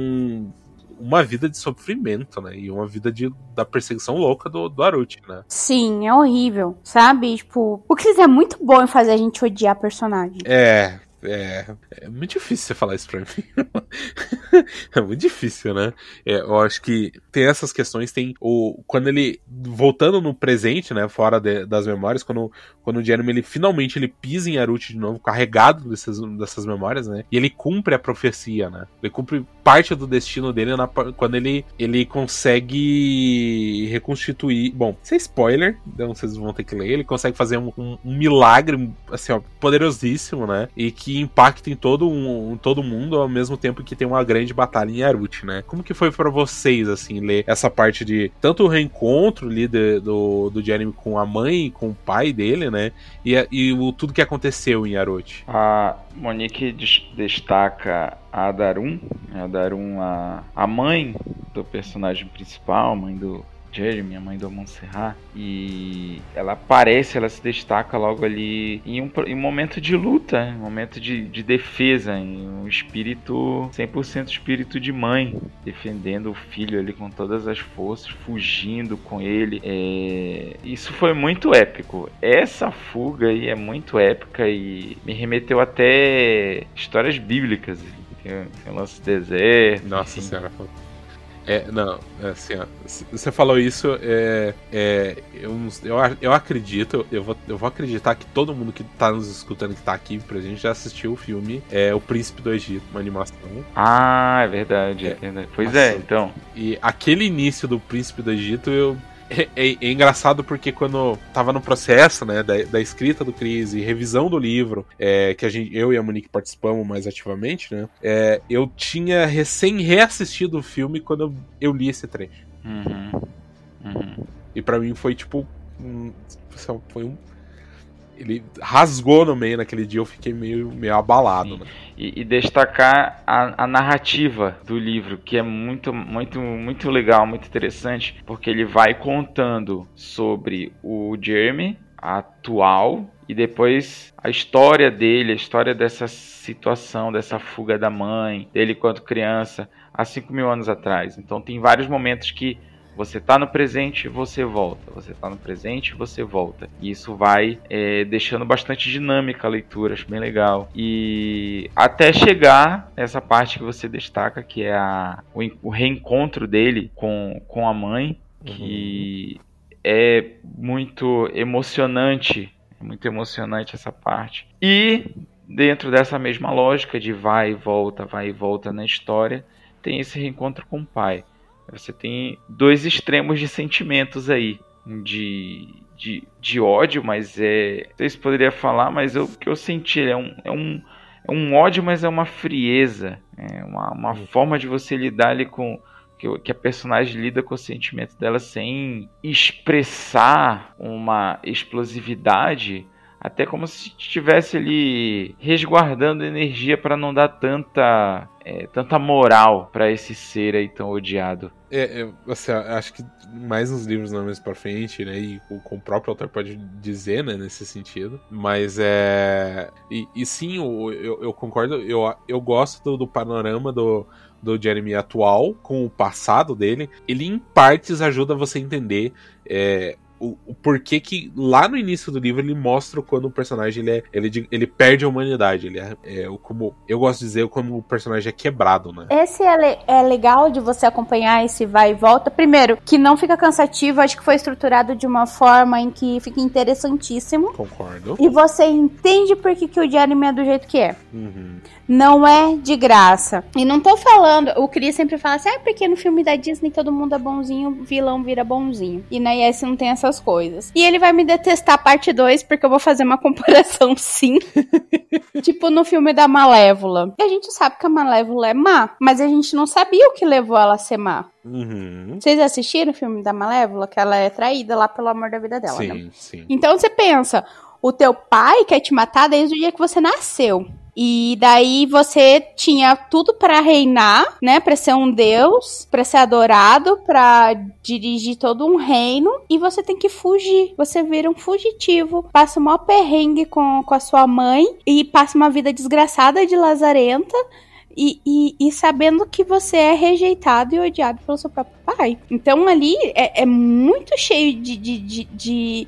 uma vida de sofrimento, né? E uma vida da perseguição louca do Aruch, né? Sim, é horrível, sabe? Tipo, o Chris é muito bom em fazer a gente odiar personagem. É muito difícil você falar isso pra mim. É muito difícil, né? Eu acho que tem essas questões, quando ele, voltando no presente, né, fora das memórias, quando o Jeremy, ele finalmente pisa em Aruch de novo, carregado dessas memórias, né, e ele cumpre a profecia, né, ele cumpre parte do destino dele quando ele consegue reconstituir, bom, isso é spoiler, então vocês vão ter que ler, ele consegue fazer um milagre, assim, ó, poderosíssimo, né, e que impacta em todo mundo, ao mesmo tempo que tem uma grande batalha em Aruch, né? Como que foi pra vocês, assim, ler essa parte de tanto o reencontro ali do Jeremy com a mãe e com o pai dele, né? E tudo que aconteceu em Aruch? A Monique destaca a Adarun, a mãe do personagem principal, mãe do Jeremy, a mãe do Amon-Será, e ela se destaca logo ali em um momento de luta, um momento de defesa, em um espírito 100% espírito de mãe, defendendo o filho ali com todas as forças, fugindo com ele. Isso foi muito épico. Essa fuga aí é muito épica e me remeteu até histórias bíblicas. Tem o lance do deserto. Nossa Senhora, não, assim, ó, você falou isso, eu acredito, eu vou acreditar que todo mundo que tá nos escutando, que tá aqui presente, já assistiu o filme O Príncipe do Egito, uma animação. Ah, é verdade. Pois nossa, então. E aquele início do Príncipe do Egito, é engraçado porque quando tava no processo, né, da escrita do Chris e revisão do livro, que eu e a Monique participamos mais ativamente, né, eu tinha reassistido o filme quando eu li esse trecho. E pra mim foi tipo ele rasgou no meio naquele dia, eu fiquei meio abalado, né? E destacar a narrativa do livro, que é muito, muito, muito legal, muito interessante, porque ele vai contando sobre o Jeremy, atual e depois a história dele, a história dessa situação, dessa fuga da mãe, dele quando criança, há 5.000 anos atrás. Então tem vários momentos que você tá no presente, você volta. Você tá no presente, você volta. E isso vai deixando bastante dinâmica a leitura, acho bem legal. E até chegar nessa parte que você destaca, que é o reencontro dele com a mãe, que é muito emocionante. É muito emocionante essa parte. E dentro dessa mesma lógica de vai e volta na história, tem esse reencontro com o pai. Você tem dois extremos de sentimentos aí, de ódio, mas não sei se poderia falar, mas o que eu senti é um ódio, mas é uma frieza, uma forma de você lidar ali com que a personagem lida com o sentimento dela sem expressar uma explosividade, até como se estivesse ali resguardando energia para não dar tanta moral para esse ser aí tão odiado. Assim, acho que mais nos livros não mais pra frente, né? E com o próprio autor pode dizer, né? Nesse sentido. Mas E sim, eu concordo. Eu gosto do panorama do Jeremy atual com o passado dele. Ele, em partes, ajuda você a entender o porquê que lá no início do livro ele mostra quando o personagem ele perde a humanidade. Ele como eu gosto de dizer, como o personagem é quebrado, né? Esse é legal de você acompanhar esse vai e volta. Primeiro, que não fica cansativo, acho que foi estruturado de uma forma em que fica interessantíssimo. Concordo. E você entende por que o Jeremy é do jeito que é. Uhum. Não é de graça. E não tô falando, o Chris sempre fala assim, porque no filme da Disney todo mundo é bonzinho, vilão vira bonzinho. E na Yes não tem essas coisas. E ele vai me detestar parte 2, porque eu vou fazer uma comparação sim. Tipo no filme da Malévola. E a gente sabe que a Malévola é má, mas a gente não sabia o que levou ela a ser má. Uhum. Vocês assistiram o filme da Malévola? Que ela é traída lá pelo amor da vida dela, sim, né? Sim. Então você pensa, o teu pai quer te matar desde o dia que você nasceu. E daí você tinha tudo pra reinar, né? Pra ser um deus, pra ser adorado, pra dirigir todo um reino. E você tem que fugir. Você vira um fugitivo. Passa o maior perrengue com a sua mãe. E passa uma vida desgraçada de lazarenta. E sabendo que você é rejeitado e odiado pelo seu próprio pai. Então ali é muito cheio de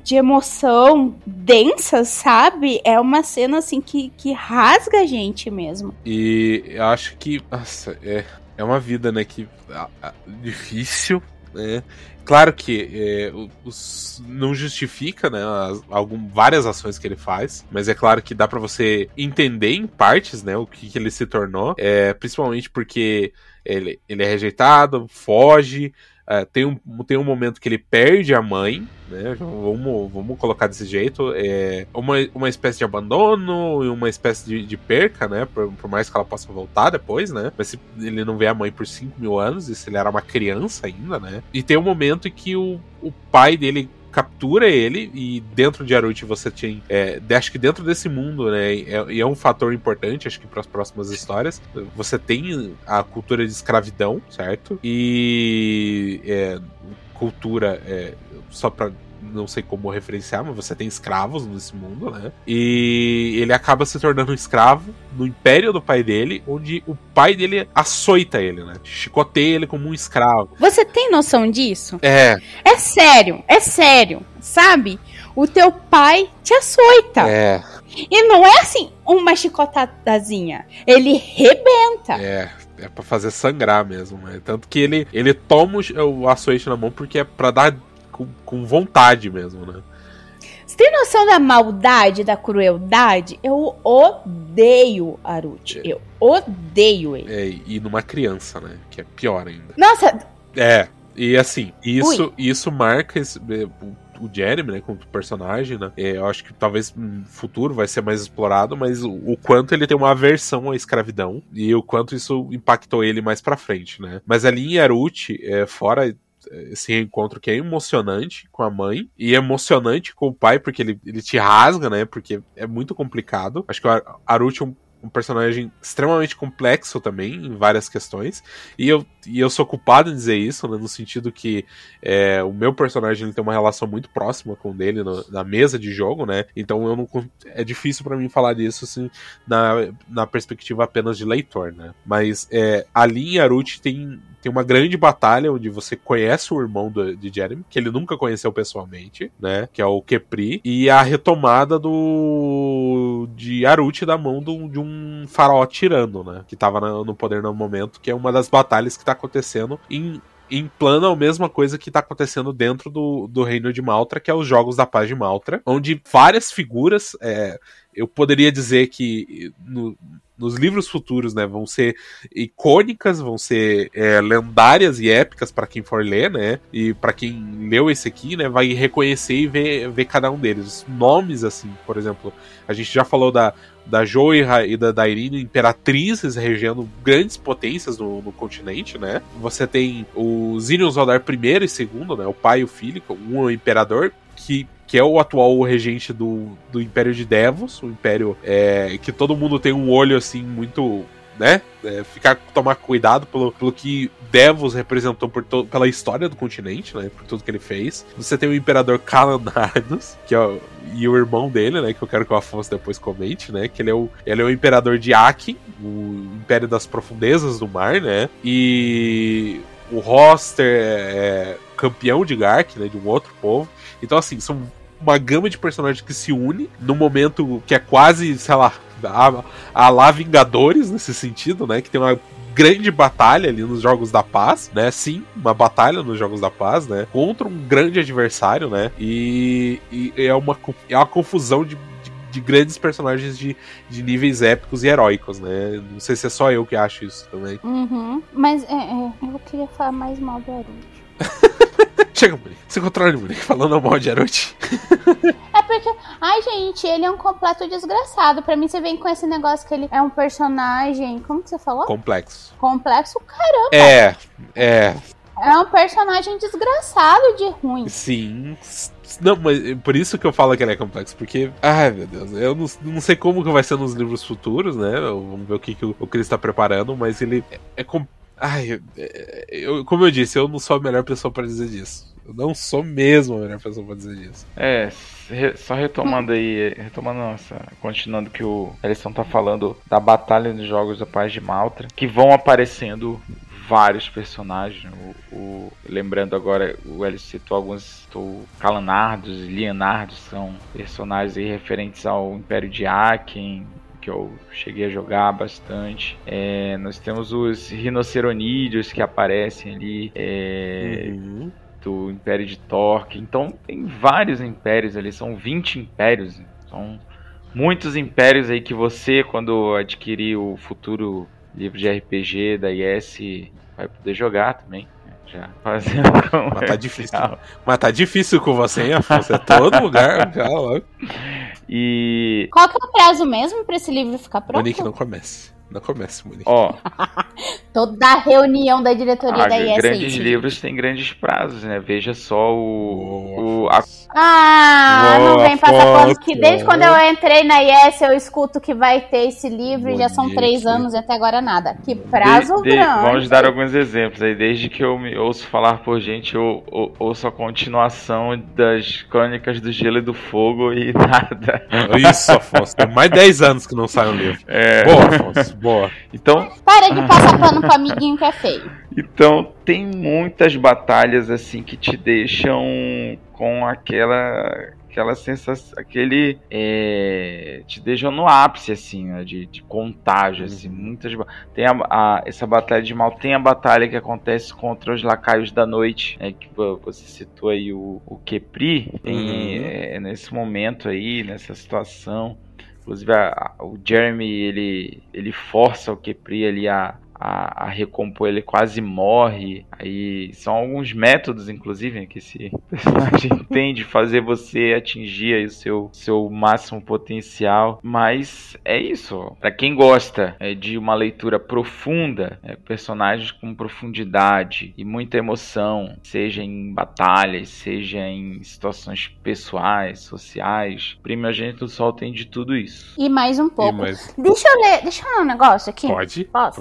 emoção densa, sabe? É uma cena assim que rasga a gente mesmo. E eu acho que, nossa, é uma vida, né, que difícil, né? Claro que não justifica, né, várias ações que ele faz, mas é claro que dá pra você entender em partes, né, o que ele se tornou, principalmente porque ele é rejeitado, foge. Tem um momento que ele perde a mãe, né? Vamos colocar desse jeito. Uma espécie de abandono e uma espécie de perca, né? Por mais que ela possa voltar depois, né? Mas se ele não vê a mãe por 5.000 anos, e se ele era uma criança ainda, né? E tem um momento em que o pai dele captura ele, e dentro de Haruchi você tinha, acho que dentro desse mundo, né, é um fator importante, acho que para as próximas histórias, você tem a cultura de escravidão, certo? E cultura, só para não sei como referenciar, mas você tem escravos nesse mundo, né? E ele acaba se tornando um escravo no império do pai dele, onde o pai dele açoita ele, né? Chicoteia ele como um escravo. Você tem noção disso? É sério, sabe? O teu pai te açoita. E não é assim, uma chicotadazinha. Ele rebenta. É pra fazer sangrar mesmo, né? Tanto que ele toma o açoite na mão porque é pra dar com vontade mesmo, né? Você tem noção da maldade, da crueldade? Eu odeio Haruchi. Eu odeio ele. E numa criança, né? Que é pior ainda. Nossa! E assim, isso marca o Jeremy, né, como personagem, né? Eu acho que talvez no futuro vai ser mais explorado, mas o quanto ele tem uma aversão à escravidão e o quanto isso impactou ele mais pra frente, né? Mas ali em Haruchi, fora esse reencontro que é emocionante com a mãe e emocionante com o pai, porque ele te rasga, né? Porque é muito complicado. Acho que o Haruchi é um personagem extremamente complexo também, em várias questões. E eu e eu sou culpado em dizer isso, né, no sentido que o meu personagem ele tem uma relação muito próxima com o dele na mesa de jogo, né? Então é difícil pra mim falar disso assim, na perspectiva apenas de leitor, né? Mas ali em Yaruti tem uma grande batalha onde você conhece o irmão de Jeremy, que ele nunca conheceu pessoalmente, né? Que é o Khepri, e a retomada de Yaruti da mão de um faraó tirano, né? Que tava no poder no momento, que é uma das batalhas que tá acontecendo em plano a mesma coisa que tá acontecendo dentro do reino de Maltra, que é os Jogos da Paz de Maltra, onde várias figuras, eu poderia dizer que nos livros futuros, né, vão ser icônicas, vão ser lendárias e épicas para quem for ler, né, e para quem leu esse aqui, né, vai reconhecer e ver cada um deles. Os nomes, assim, por exemplo, a gente já falou da Joiha e da Irina, imperatrizes regendo grandes potências no continente, né? Você tem o Zinnius Rodar I e II, né? O pai e o filho, um é o imperador, que é o atual regente do Império de Devos, o Império que todo mundo tem um olho, assim, muito... né? Tomar cuidado pelo que Devos representou pela história do continente, né? Por tudo que ele fez. Você tem o Imperador Calanardos, e o irmão dele, né? Que eu quero que o Afonso depois comente, né? Que ele é o Imperador de Akin, o Império das Profundezas do Mar, né? E o Roster é campeão de Gark, né? De um outro povo. Então, assim, são uma gama de personagens que se une num momento que é quase, sei lá, a lá Vingadores nesse sentido, né? Que tem uma grande batalha ali nos Jogos da Paz, né? Sim, uma batalha nos Jogos da Paz, né? Contra um grande adversário, né? E é uma confusão de grandes personagens de níveis épicos e heróicos, né? Não sei se é só eu que acho isso também. Uhum. Mas eu queria falar mais mal do Yaruti. Chega, Monique. Você controla, Monique, falando mal de Yaruti. É porque, ai gente, ele é um completo desgraçado. Pra mim, você vem com esse negócio que ele é um personagem, como que você falou? Complexo. Complexo, caramba. É um personagem desgraçado de ruim. Sim. Não, mas por isso que eu falo que ele é complexo, porque, ai meu Deus, eu não sei como que vai ser nos livros futuros, né? Vamos ver o que o Chris tá preparando, mas ele como eu disse, eu não sou a melhor pessoa pra dizer disso. Eu não sou mesmo a melhor pessoa pra dizer disso. Só retomando aí, continuando que o Ellison tá falando da batalha dos Jogos da Paz de Maltra, que vão aparecendo vários personagens. Lembrando agora, o Ellison citou alguns, Calanardos e Leonardos, são personagens aí referentes ao Império de Akin, que eu cheguei a jogar bastante. Nós temos os rinoceronídeos que aparecem ali, do Império de Torque. Então tem vários impérios ali, são 20 impérios, são muitos impérios aí que você, quando adquirir o futuro livro de RPG da IS, vai poder jogar também. Já fazendo Mas tá difícil com você, hein, Afonso? É todo lugar. Já, logo. E... Qual que é o prazo mesmo pra esse livro ficar pronto? Monique, não comece. Não comece, Monique. Toda a reunião da diretoria da IS. Grandes livros têm grandes prazos, né? Veja só não vem passar pano, que desde quando eu entrei na IS eu escuto que vai ter esse livro e já são 3 anos e até agora nada. Que prazo grande. Vamos dar alguns exemplos aí. Desde que eu me ouço falar por gente, eu ouço a continuação das Crônicas do Gelo e do Fogo e nada. Isso, Afonso. Tem mais 10 anos que não sai um livro. Boa, Afonso. Boa. Então, para de passar pano pro amiguinho que é feio. Então, tem muitas batalhas assim que te deixam com aquela sensação, te deixam no ápice assim, né, de contágio, assim, muitas. Tem essa batalha de Mal, tem a batalha que acontece contra os Lacaios da Noite, né, que você citou aí o Khepri, nesse momento aí, nessa situação. Inclusive o Jeremy ele força o Khepri ali a recompor, ele quase morre. Aí são alguns métodos, inclusive, que esse personagem tem de fazer você atingir aí o seu máximo potencial. Mas é isso. Para quem gosta de uma leitura profunda, personagens com profundidade e muita emoção, seja em batalhas, seja em situações pessoais, sociais, Primogênito do Sol tem de tudo isso. E mais um pouco. Deixa eu ler um negócio aqui. Pode? Posso? Por favor.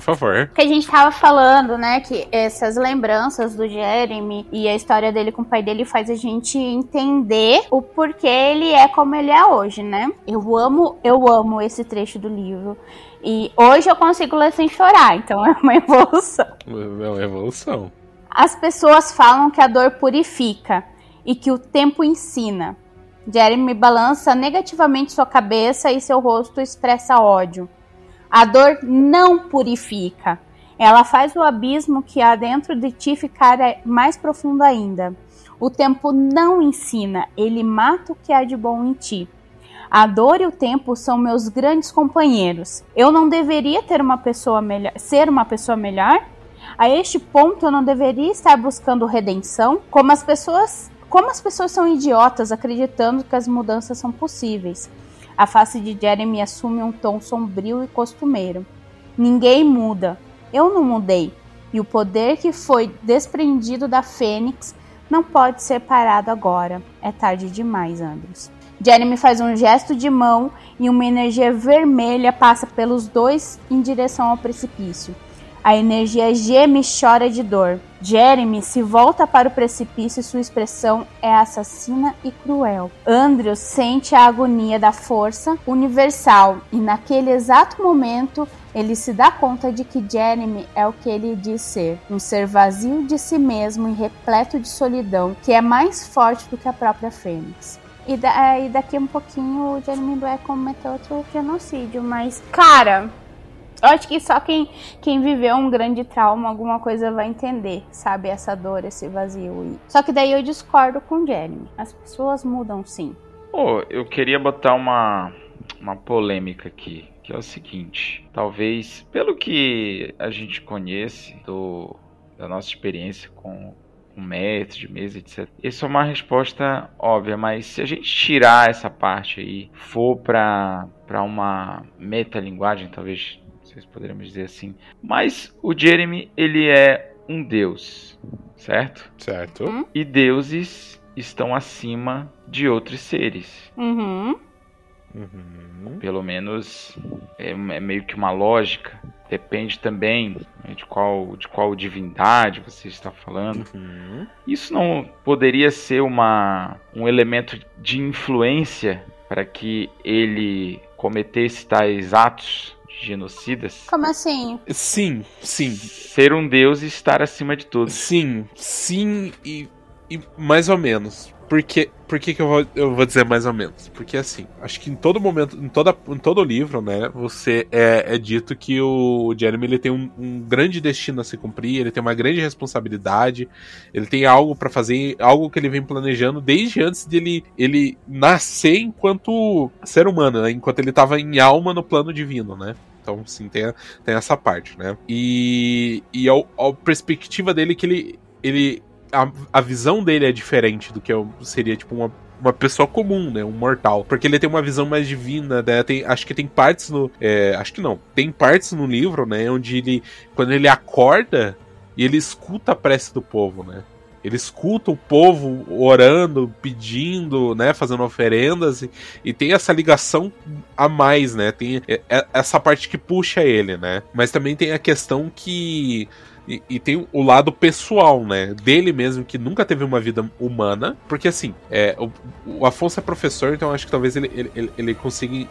Que a gente tava falando, né, que essas lembranças do Jeremy e a história dele com o pai dele faz a gente entender o porquê ele é como ele é hoje, né? Eu amo esse trecho do livro. E hoje eu consigo ler sem chorar, então é uma evolução. É uma evolução. As pessoas falam que a dor purifica e que o tempo ensina. Jeremy balança negativamente sua cabeça e seu rosto expressa ódio. A dor não purifica. Ela faz o abismo que há dentro de ti ficar mais profundo ainda. O tempo não ensina, ele mata o que há de bom em ti. A dor e o tempo são meus grandes companheiros. Eu não deveria ser uma pessoa melhor? A este ponto eu não deveria estar buscando redenção? Como as pessoas são idiotas acreditando que as mudanças são possíveis. A face de Jeremy assume um tom sombrio e costumeiro. Ninguém muda. Eu não mudei. E o poder que foi desprendido da Fênix não pode ser parado agora. É tarde demais, Andros. Jeremy faz um gesto de mão e uma energia vermelha passa pelos dois em direção ao precipício. A energia geme e chora de dor. Jeremy se volta para o precipício e sua expressão é assassina e cruel. Andrew sente a agonia da força universal e naquele exato momento ele se dá conta de que Jeremy é o que ele diz ser. Um ser vazio de si mesmo e repleto de solidão que é mais forte do que a própria Fênix. E daqui um pouquinho o Jeremy vai cometer outro genocídio, mas, cara, eu acho que só quem viveu um grande trauma, alguma coisa vai entender, sabe? Essa dor, esse vazio. Só que daí eu discordo com o Jeremy. As pessoas mudam, sim. Eu queria botar uma polêmica aqui, que é o seguinte. Talvez, pelo que a gente conhece da nossa experiência com mestre de mesa, etc. Isso é uma resposta óbvia, mas se a gente tirar essa parte aí, for para uma metalinguagem, talvez vocês poderíamos dizer assim, mas o Jeremy, ele é um deus, certo? Certo. E deuses estão acima de outros seres. Pelo menos é meio que uma lógica. Depende também, né, de qual divindade você está falando. Isso não poderia ser um elemento de influência para que ele cometesse tais atos genocidas? Como assim? Sim. Ser um deus e estar acima de tudo. Sim e mais ou menos. Por que eu vou dizer mais ou menos? Porque assim, acho que em todo momento, em todo livro, né, você é dito que o Jeremy ele tem um grande destino a se cumprir, ele tem uma grande responsabilidade, ele tem algo pra fazer, algo que ele vem planejando desde antes de ele nascer enquanto ser humano, né, enquanto ele tava em alma no plano divino, né? Então, sim, tem essa parte, né? E a perspectiva dele que ele a visão dele é diferente do que seria, tipo, uma pessoa comum, né? Um mortal. Porque ele tem uma visão mais divina, né? Acho que tem partes no... acho que não. Tem partes no livro, né? Onde quando ele acorda, e ele escuta a prece do povo, né? Ele escuta o povo orando, pedindo, né? Fazendo oferendas. E tem essa ligação a mais, né? Tem essa parte que puxa ele, né? Mas também tem a questão que... E tem o lado pessoal, né? Dele mesmo, que nunca teve uma vida humana. Porque, assim, o Afonso é professor, então acho que talvez ele consiga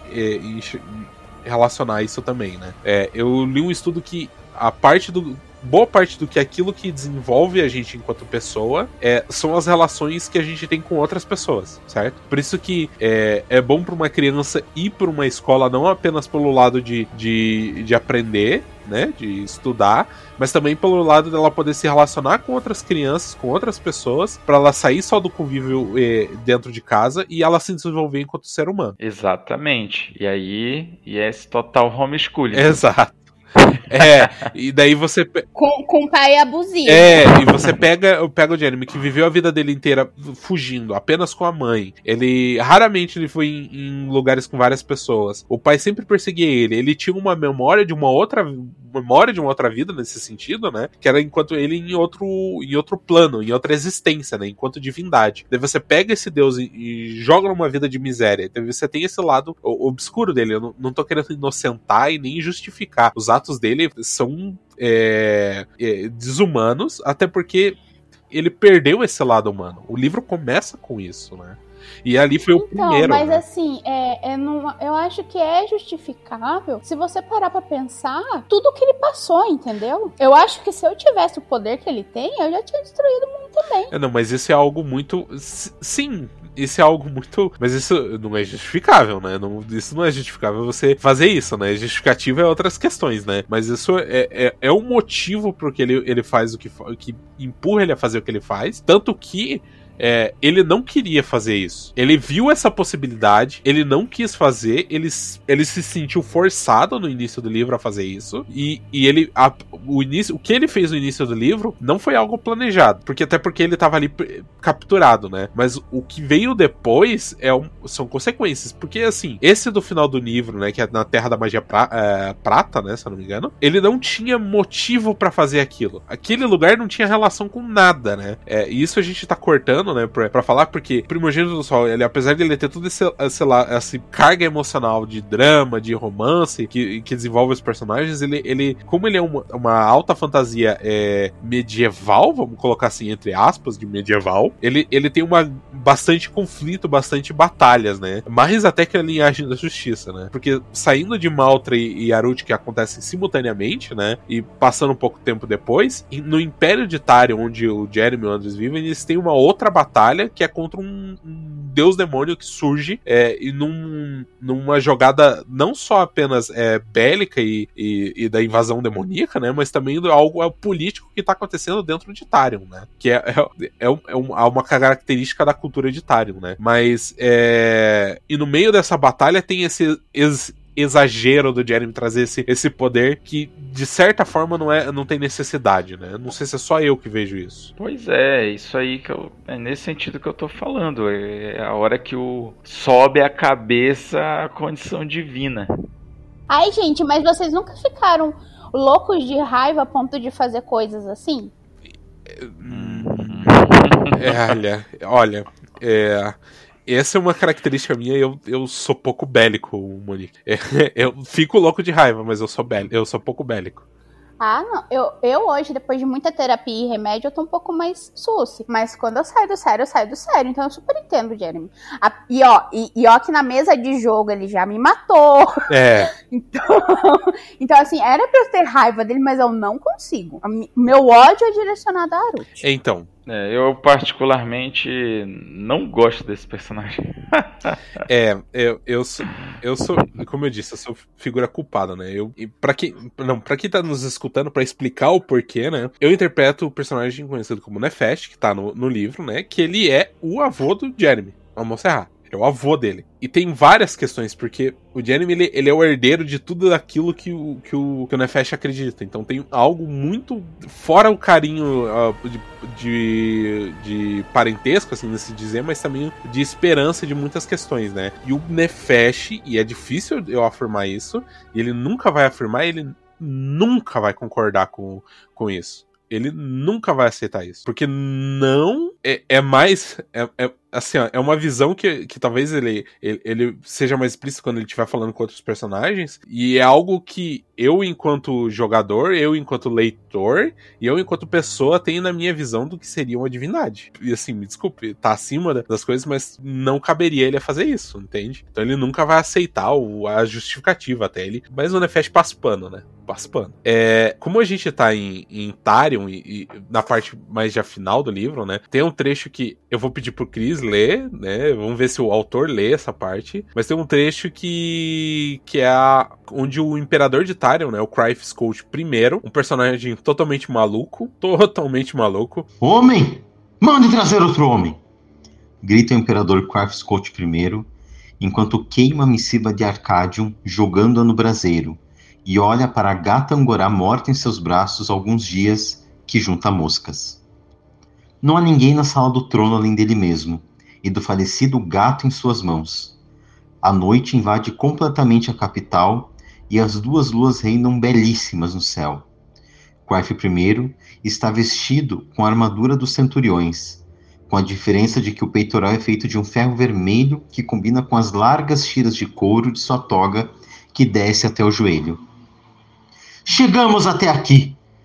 relacionar isso também, né? Eu li um estudo que boa parte do que aquilo que desenvolve a gente enquanto pessoa são as relações que a gente tem com outras pessoas, certo? Por isso que é bom para uma criança ir para uma escola não apenas pelo lado de aprender, né, de estudar, mas também pelo lado dela poder se relacionar com outras crianças, com outras pessoas, para ela sair só do convívio dentro de casa e ela se desenvolver enquanto ser humano. Exatamente. E aí, esse total homeschooling. Exato. E daí você... Com pai abusivo. E você pega o Jeremy, que viveu a vida dele inteira fugindo, apenas com a mãe. Raramente ele foi em lugares com várias pessoas. O pai sempre perseguia ele. Ele tinha uma memória de uma outra vida nesse sentido, né? Que era enquanto ele em outro plano, em outra existência, né? Enquanto divindade. Daí você pega esse deus e joga numa vida de miséria. Então você tem esse lado obscuro dele. Eu não tô querendo inocentar e nem justificar. Os atos dele são desumanos, até porque ele perdeu esse lado humano. O livro começa com isso, né? E ali foi o primeiro. Mas né? assim, eu acho que é justificável se você parar pra pensar tudo que ele passou, entendeu? Eu acho que se eu tivesse o poder que ele tem, eu já tinha destruído o mundo também. Não, mas isso é algo muito... Sim, isso é algo muito... Mas isso não é justificável, né? Isso não é justificável você fazer isso, né? Justificativa é outras questões, né? Mas isso é um motivo pro que ele faz o que empurra ele a fazer o que ele faz. Tanto que ele não queria fazer isso. Ele viu essa possibilidade, ele não quis fazer, ele se sentiu forçado no início do livro a fazer isso. E o que ele fez no início do livro não foi algo planejado, até porque ele estava ali capturado, né? Mas o que veio depois são consequências. Porque, assim, esse do final do livro, né, que é na Terra da Magia Prata, né, se eu não me engano, ele não tinha motivo pra fazer aquilo. Aquele lugar não tinha relação com nada, né? E isso a gente tá cortando, né, pra falar, porque o Primogênito do Sol, ele, apesar de ele ter toda essa carga emocional de drama, de romance, que desenvolve os personagens, ele como ele é uma alta fantasia medieval, vamos colocar assim, entre aspas, de medieval, ele tem bastante conflito, bastante batalhas, né, mais até que a linhagem da justiça, né, porque saindo de Maltra e Yarut, que acontecem simultaneamente, né, e passando um pouco tempo depois, no Império de Tarion, onde o Jeremy e o Andres vivem, eles têm uma outra batalha que é contra um deus demônio que surge e numa jogada não só apenas bélica e da invasão demoníaca, né, mas também algo político que está acontecendo dentro de Tarion, né, que é uma característica da cultura de Tarion, né, mas e no meio dessa batalha tem esse exagero do Jeremy trazer esse poder que, de certa forma, não tem necessidade, né? Não sei se é só eu que vejo isso. Pois isso aí é nesse sentido que eu tô falando. É a hora que sobe a cabeça a condição divina. Ai, gente, mas vocês nunca ficaram loucos de raiva a ponto de fazer coisas assim? Olha, essa é uma característica minha, eu sou pouco bélico, Monique. Eu fico louco de raiva, mas eu sou pouco bélico. Ah, não. Eu hoje, depois de muita terapia e remédio, eu tô um pouco mais susse. Mas quando eu saio do sério, eu saio do sério. Então eu super entendo o Jeremy. E ó que na mesa de jogo ele já me matou. Então assim, era pra eu ter raiva dele, mas eu não consigo. Meu ódio é direcionado a Arut. Então... eu particularmente não gosto desse personagem. Eu sou, como eu disse, eu sou figura culpada, né? Pra quem tá nos escutando, pra explicar o porquê, né? Eu interpreto o personagem conhecido como Nefesh, que tá no livro, né? Que ele é o avô do Jeremy, a Montserrat. Ele é o avô dele. E tem várias questões, porque o Jeremy, ele é o herdeiro de tudo aquilo que o Nefesh acredita. Então tem algo muito fora o carinho de parentesco, assim, se dizer, mas também de esperança de muitas questões, né? E o Nefesh, e é difícil eu afirmar isso, e ele nunca vai afirmar, ele nunca vai concordar com isso. Ele nunca vai aceitar isso. Porque não assim, ó, é uma visão que talvez ele seja mais explícito quando ele estiver falando com outros personagens, e é algo que eu, enquanto jogador, eu, enquanto leitor, e eu, enquanto pessoa, tenho na minha visão do que seria uma divindade. E assim, me desculpe, tá acima das coisas, mas não caberia ele a fazer isso, entende? Então ele nunca vai aceitar a justificativa até ele, mas o Nefesh passa pano, né? Passa pano. Como a gente tá em Tarion, e na parte mais já final do livro, né? Tem um trecho que eu vou pedir pro Cris ler, né? Vamos ver se o autor lê essa parte. Mas tem um trecho que é onde o imperador de Tarion, né? O Cryf Scout I, um personagem totalmente maluco. Homem! Mande trazer outro homem! Grita o imperador Cryf Scout I, enquanto queima a missiva de Arcadium, jogando-a no braseiro, e olha para a gata Angorá morta em seus braços há alguns dias, que junta moscas. Não há ninguém na sala do trono além dele mesmo, e do falecido gato em suas mãos. A noite invade completamente a capital, e as duas luas reinam belíssimas no céu. Cryf I está vestido com a armadura dos centuriões, com a diferença de que o peitoral é feito de um ferro vermelho que combina com as largas tiras de couro de sua toga, que desce até o joelho. Chegamos até aqui!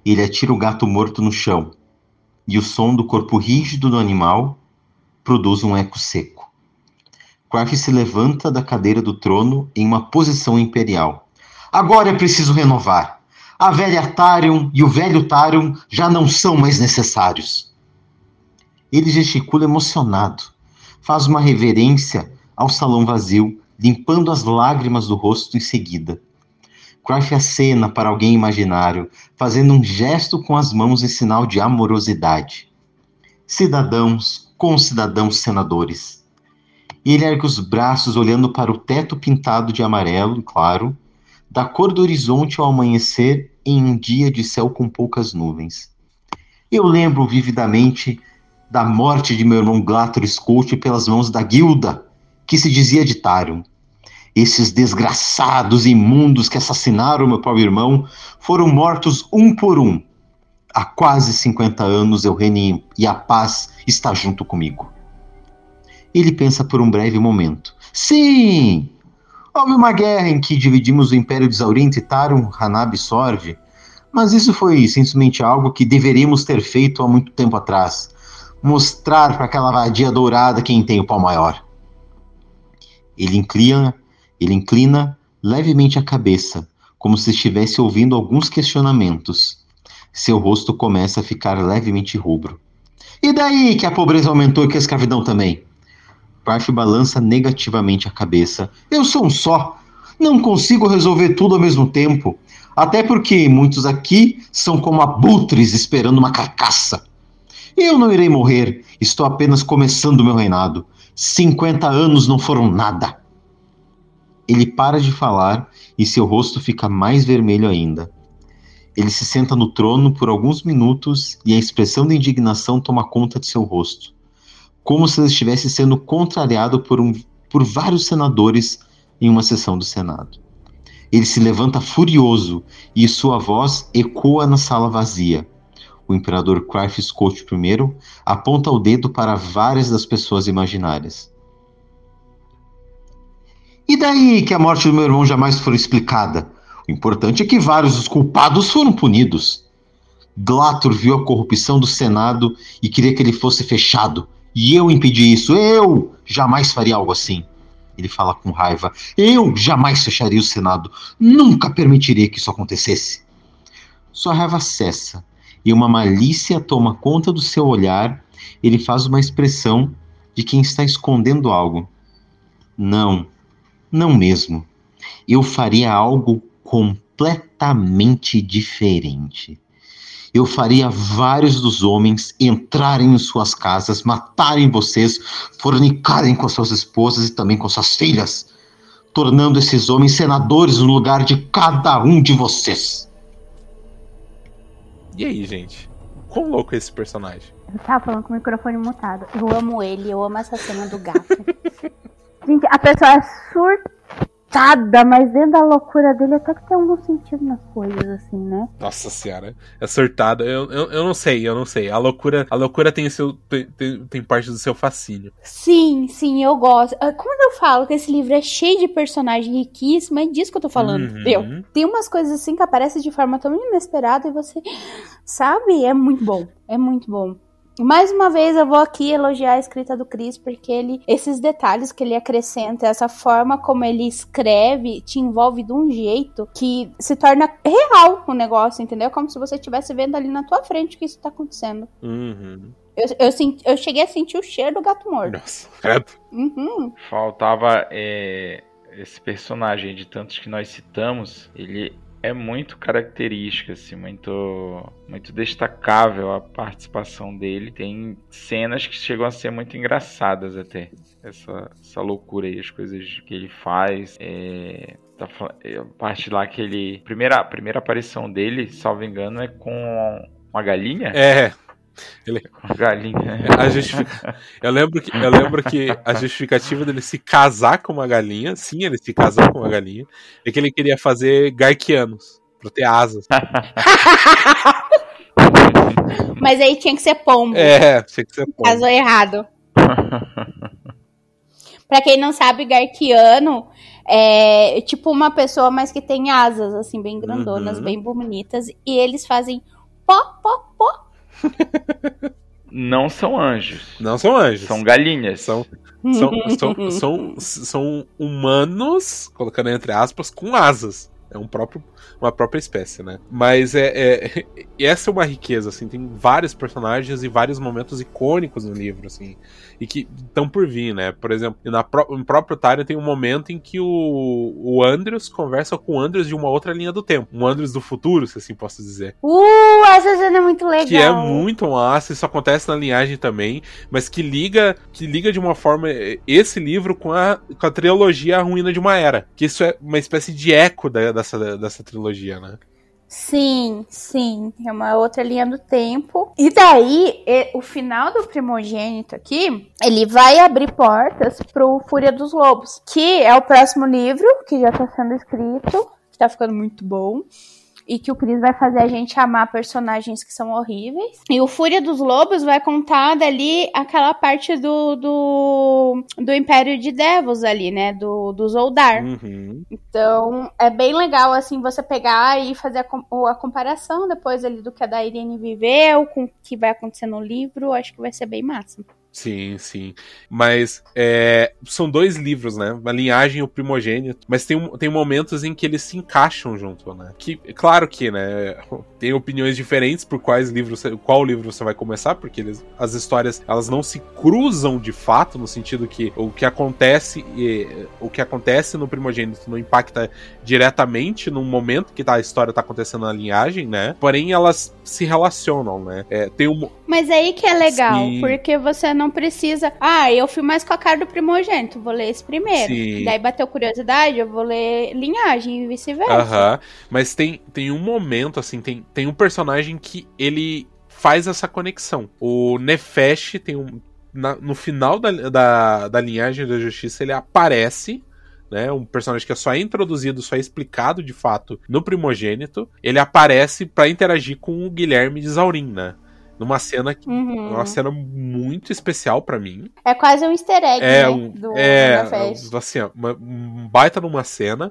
Ele atira o gato morto no chão, e o som do corpo rígido do animal produz um eco seco. Quarf se levanta da cadeira do trono em uma posição imperial. Agora é preciso renovar. A velha Tharion e o velho Tharion já não são mais necessários. Ele gesticula emocionado. Faz uma reverência ao salão vazio, limpando as lágrimas do rosto em seguida. Quarf acena para alguém imaginário, fazendo um gesto com as mãos em sinal de amorosidade. Cidadãos, concidadãos senadores. Ele ergue os braços olhando para o teto pintado de amarelo, claro, da cor do horizonte ao amanhecer em um dia de céu com poucas nuvens. Eu lembro vividamente da morte de meu irmão Glator Scout pelas mãos da guilda, que se dizia de Tharion. Esses desgraçados imundos que assassinaram meu pobre irmão foram mortos um por um. Há quase 50 anos eu reino e a paz está junto comigo. Ele pensa por um breve momento. Sim! Houve uma guerra em que dividimos o Império de Zaurin entre Tharion, Hanab e Sword, mas isso foi simplesmente algo que deveríamos ter feito há muito tempo atrás. Mostrar para aquela vadia dourada quem tem o pau maior. Ele inclina levemente a cabeça, como se estivesse ouvindo alguns questionamentos. Seu rosto começa a ficar levemente rubro. E daí que a pobreza aumentou e que a escravidão também? Quarf balança negativamente a cabeça. Eu sou um só. Não consigo resolver tudo ao mesmo tempo. Até porque muitos aqui são como abutres esperando uma carcaça. Eu não irei morrer. Estou apenas começando o meu reinado. 50 anos não foram nada. Ele para de falar e seu rosto fica mais vermelho ainda. Ele se senta no trono por alguns minutos e a expressão de indignação toma conta de seu rosto, como se ele estivesse sendo contrariado por vários senadores em uma sessão do Senado. Ele se levanta furioso e sua voz ecoa na sala vazia. O imperador Quarf Scout I aponta o dedo para várias das pessoas imaginárias. E daí que a morte do meu irmão jamais foi explicada? O importante é que vários dos culpados foram punidos. Glator viu a corrupção do Senado e queria que ele fosse fechado. E eu impedi isso. Eu jamais faria algo assim. Ele fala com raiva. Eu jamais fecharia o Senado. Nunca permitiria que isso acontecesse. Sua raiva cessa e uma malícia toma conta do seu olhar. Ele faz uma expressão de quem está escondendo algo. Não mesmo. Eu faria algo completamente diferente. Eu faria vários dos homens entrarem em suas casas, matarem vocês, fornicarem com as suas esposas e também com suas filhas, tornando esses homens senadores no lugar de cada um de vocês. E aí, gente? Quão louco é esse personagem? Eu tava falando com o microfone mutado. Eu amo ele, eu amo essa cena do gato. Gente, a pessoa é surtada, mas dentro da loucura dele até que tem algum sentido nas coisas, assim, né? Nossa senhora, é surtada. Eu não sei. A loucura tem parte do seu fascínio. Sim, eu gosto. Quando eu falo que esse livro é cheio de personagem riquíssimo, é disso que eu tô falando. Tem umas coisas assim que aparecem de forma tão inesperada e você, sabe? É muito bom. É muito bom. Mais uma vez eu vou aqui elogiar a escrita do Chris, porque esses detalhes que ele acrescenta, essa forma como ele escreve, te envolve de um jeito que se torna real o negócio, entendeu? Como se você estivesse vendo ali na tua frente que isso tá acontecendo. Eu cheguei a sentir o cheiro do gato morto. Nossa, credo. Faltava esse personagem, de tantos que nós citamos, ele é muito característica, assim, muito destacável a participação dele. Tem cenas que chegam a ser muito engraçadas até. Essa loucura aí, as coisas que ele faz. A parte lá que ele... A primeira aparição dele, salvo engano, é com uma galinha? Com galinha. Eu lembro que a justificativa dele se casar com uma galinha, sim, ele se casou com uma galinha, é que ele queria fazer garquianos, pra ter asas. Mas aí tinha que ser pombo. Tinha que ser pombo. Casou errado. Pra quem não sabe, garquiano é tipo uma pessoa, mas que tem asas, assim, bem grandonas, bem bonitas, e eles fazem Não são anjos. Não são anjos. São galinhas. São humanos, colocando entre aspas, com asas. É uma própria espécie, né? Mas essa é uma riqueza, assim. Tem vários personagens e vários momentos icônicos no livro, assim. E que estão por vir, né? Por exemplo, no próprio Tarion tem um momento em que o Andrews conversa com o Andrews de uma outra linha do tempo. Um Andrews do futuro, se assim posso dizer. Essa cena é muito legal. Que é muito massa, isso acontece na linhagem também, mas que liga de uma forma esse livro com a trilogia A Ruína de uma Era. Que isso é uma espécie de eco dessa trilogia, né? Sim. É uma outra linha do tempo. E daí, o final do Primogênito aqui, ele vai abrir portas pro Fúria dos Lobos, que é o próximo livro, que já tá sendo escrito, que tá ficando muito bom. E que o Chris vai fazer a gente amar personagens que são horríveis. E o Fúria dos Lobos vai contar dali aquela parte do Império de Devos ali, né? Do Zoldar. Uhum. Então, é bem legal, assim, você pegar e fazer a comparação depois ali do que a da Irene viveu com o que vai acontecer no livro. Acho que vai ser bem massa. Sim. Mas são dois livros, né? A linhagem e o primogênito. Mas tem momentos em que eles se encaixam junto, né? Que, claro que, né? Tem opiniões diferentes por qual livro você vai começar, porque as histórias, elas não se cruzam de fato, no sentido que o que acontece no primogênito não impacta diretamente no momento que a história tá acontecendo na linhagem, né? Porém, elas se relacionam, né? Mas aí que é legal, Sim. porque você não precisa... eu fui mais com a cara do primogênito, vou ler esse primeiro. Sim. Daí bateu curiosidade, eu vou ler linhagem e vice-versa. Aham. Mas tem um momento, assim, tem um personagem que ele faz essa conexão. O Nefesh tem no final da linhagem da justiça, ele aparece, né? Um personagem que só é introduzido, só é explicado de fato no primogênito. Ele aparece pra interagir com o Guilherme de Zaurin, né? Numa cena uma cena muito especial pra mim. É quase um easter egg, né? Do Nefesh. Assim, um baita numa cena.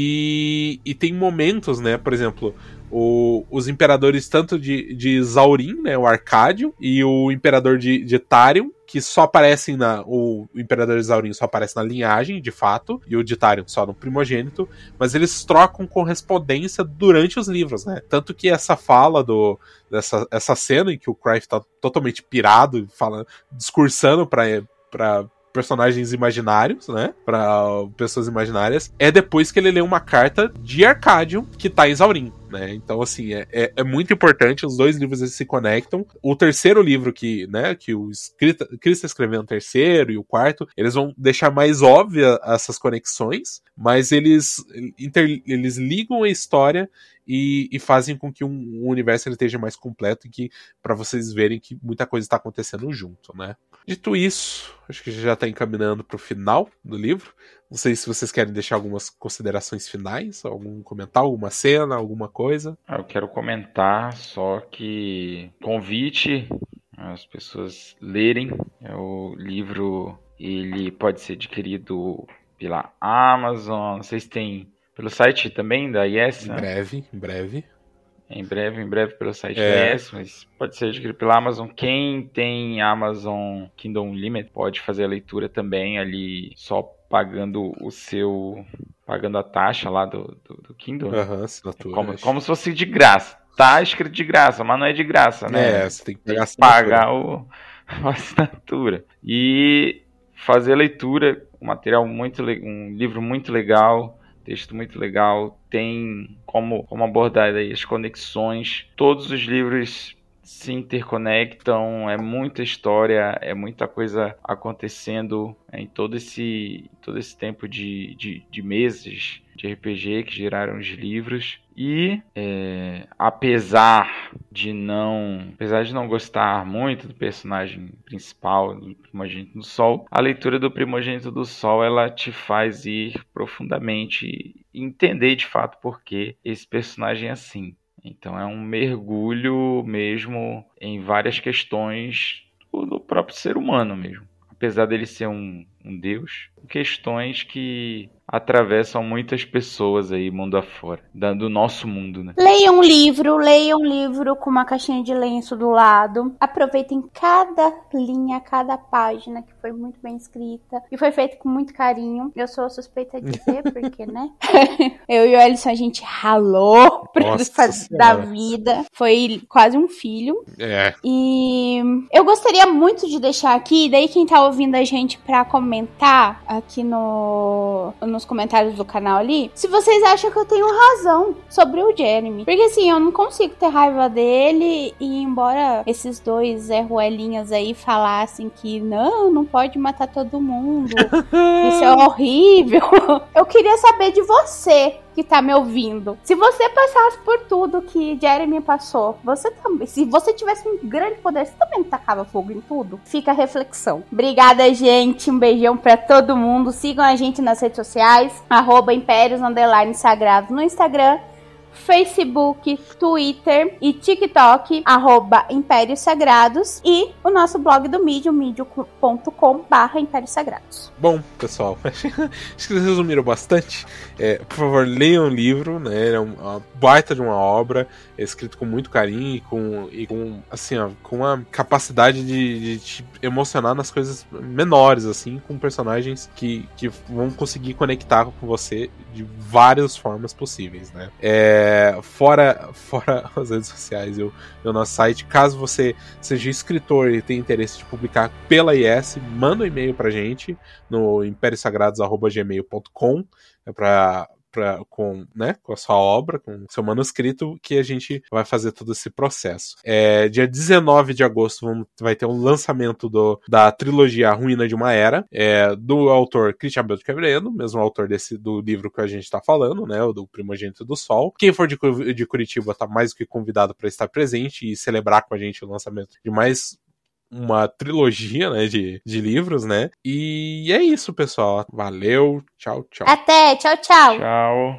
E tem momentos, né? Por exemplo, os imperadores tanto de Zaurin, né? O Arcádio, e o imperador de Tarion, que só aparecem o Imperador de Zaurin só aparece na linhagem, de fato, e o de Tarion só no primogênito, mas eles trocam correspondência durante os livros, né? Tanto que essa fala essa cena em que o Crive tá totalmente pirado, discursando pra personagens imaginários, né? Pra pessoas imaginárias, é depois que ele lê uma carta de Arcádio que tá em Zaurin, né? Então, assim, é muito importante, os dois livros eles se conectam. O terceiro livro que o Chris escreveu no terceiro e o quarto, eles vão deixar mais óbvia essas conexões, mas eles ligam a história e fazem com que o universo ele esteja mais completo e que para vocês verem que muita coisa está acontecendo junto, né? Dito isso, acho que já está encaminhando para o final do livro. Não sei se vocês querem deixar algumas considerações finais, algum comentário, alguma cena, alguma coisa. Eu quero comentar só que convite as pessoas lerem. O livro ele pode ser adquirido pela Amazon, não sei se tem pelo site também da Yes, né? Em breve. Em breve pelo site da Yes, mas pode ser adquirido pela Amazon. Quem tem Amazon Kindle Unlimited pode fazer a leitura também ali só pagando pagando a taxa lá do Kindle. Assinatura. Como se fosse de graça. Tá escrito de graça, mas não é de graça, né? Você tem que pagar a assinatura. E fazer a leitura, um livro muito legal, texto muito legal, tem como abordar aí as conexões. Todos os livros se interconectam, é muita história, é muita coisa acontecendo em todo esse tempo de meses de RPG que geraram os livros. E apesar de não gostar muito do personagem principal, do Primogênito do Sol, a leitura do Primogênito do Sol ela te faz ir profundamente e entender de fato por que esse personagem é assim. Então é um mergulho mesmo em várias questões do próprio ser humano mesmo. Apesar dele ser um um deus, questões que atravessam muitas pessoas aí, mundo afora, do nosso mundo, né? Leiam um livro com uma caixinha de lenço do lado. Aproveitem cada linha, cada página, que foi muito bem escrita e foi feito com muito carinho. Eu sou suspeita de dizer, porque, né? Eu e o Ellison, a gente ralou pra da vida. Foi quase um filho. E eu gostaria muito de deixar aqui, daí quem tá ouvindo a gente pra comentar aqui nos comentários do canal ali, se vocês acham que eu tenho razão sobre o Jeremy. Porque assim, eu não consigo ter raiva dele, e embora esses dois Zé Ruelinhas aí falassem que não pode matar todo mundo, isso é horrível, eu queria saber de você que tá me ouvindo. Se você passasse por tudo que Jeremy passou, você também, se você tivesse um grande poder, você também tacava fogo em tudo? Fica a reflexão. Obrigada, gente. Um beijão pra todo mundo. Sigam a gente nas redes sociais, @impérios_sagrados no Instagram, Facebook, Twitter e TikTok, @Impérios Sagrados, e o nosso blog do Medium, medium.com/Impérios Sagrados. Bom, pessoal, acho que vocês resumiram bastante. Por favor, leiam o livro, né? É uma baita de uma obra, escrito com muito carinho e com assim, ó, com uma capacidade de te emocionar nas coisas menores, assim, com personagens que vão conseguir conectar com você de várias formas possíveis, né? Fora as redes sociais e o nosso site, caso você seja escritor e tenha interesse de publicar pela IS, manda um e-mail pra gente no imperiosagrados@gmail.com com a sua obra, com o seu manuscrito, que a gente vai fazer todo esse processo. Dia 19 de agosto vai ter um lançamento da trilogia A Ruína de uma Era, do autor Christian Bale de Quevedo, mesmo autor do livro que a gente está falando, né, o do Primogênito do Sol. Quem for de Curitiba tá mais do que convidado para estar presente e celebrar com a gente o lançamento de mais uma trilogia, né, de livros, né? E é isso, pessoal. Valeu, tchau, tchau. Até, tchau, tchau. Tchau.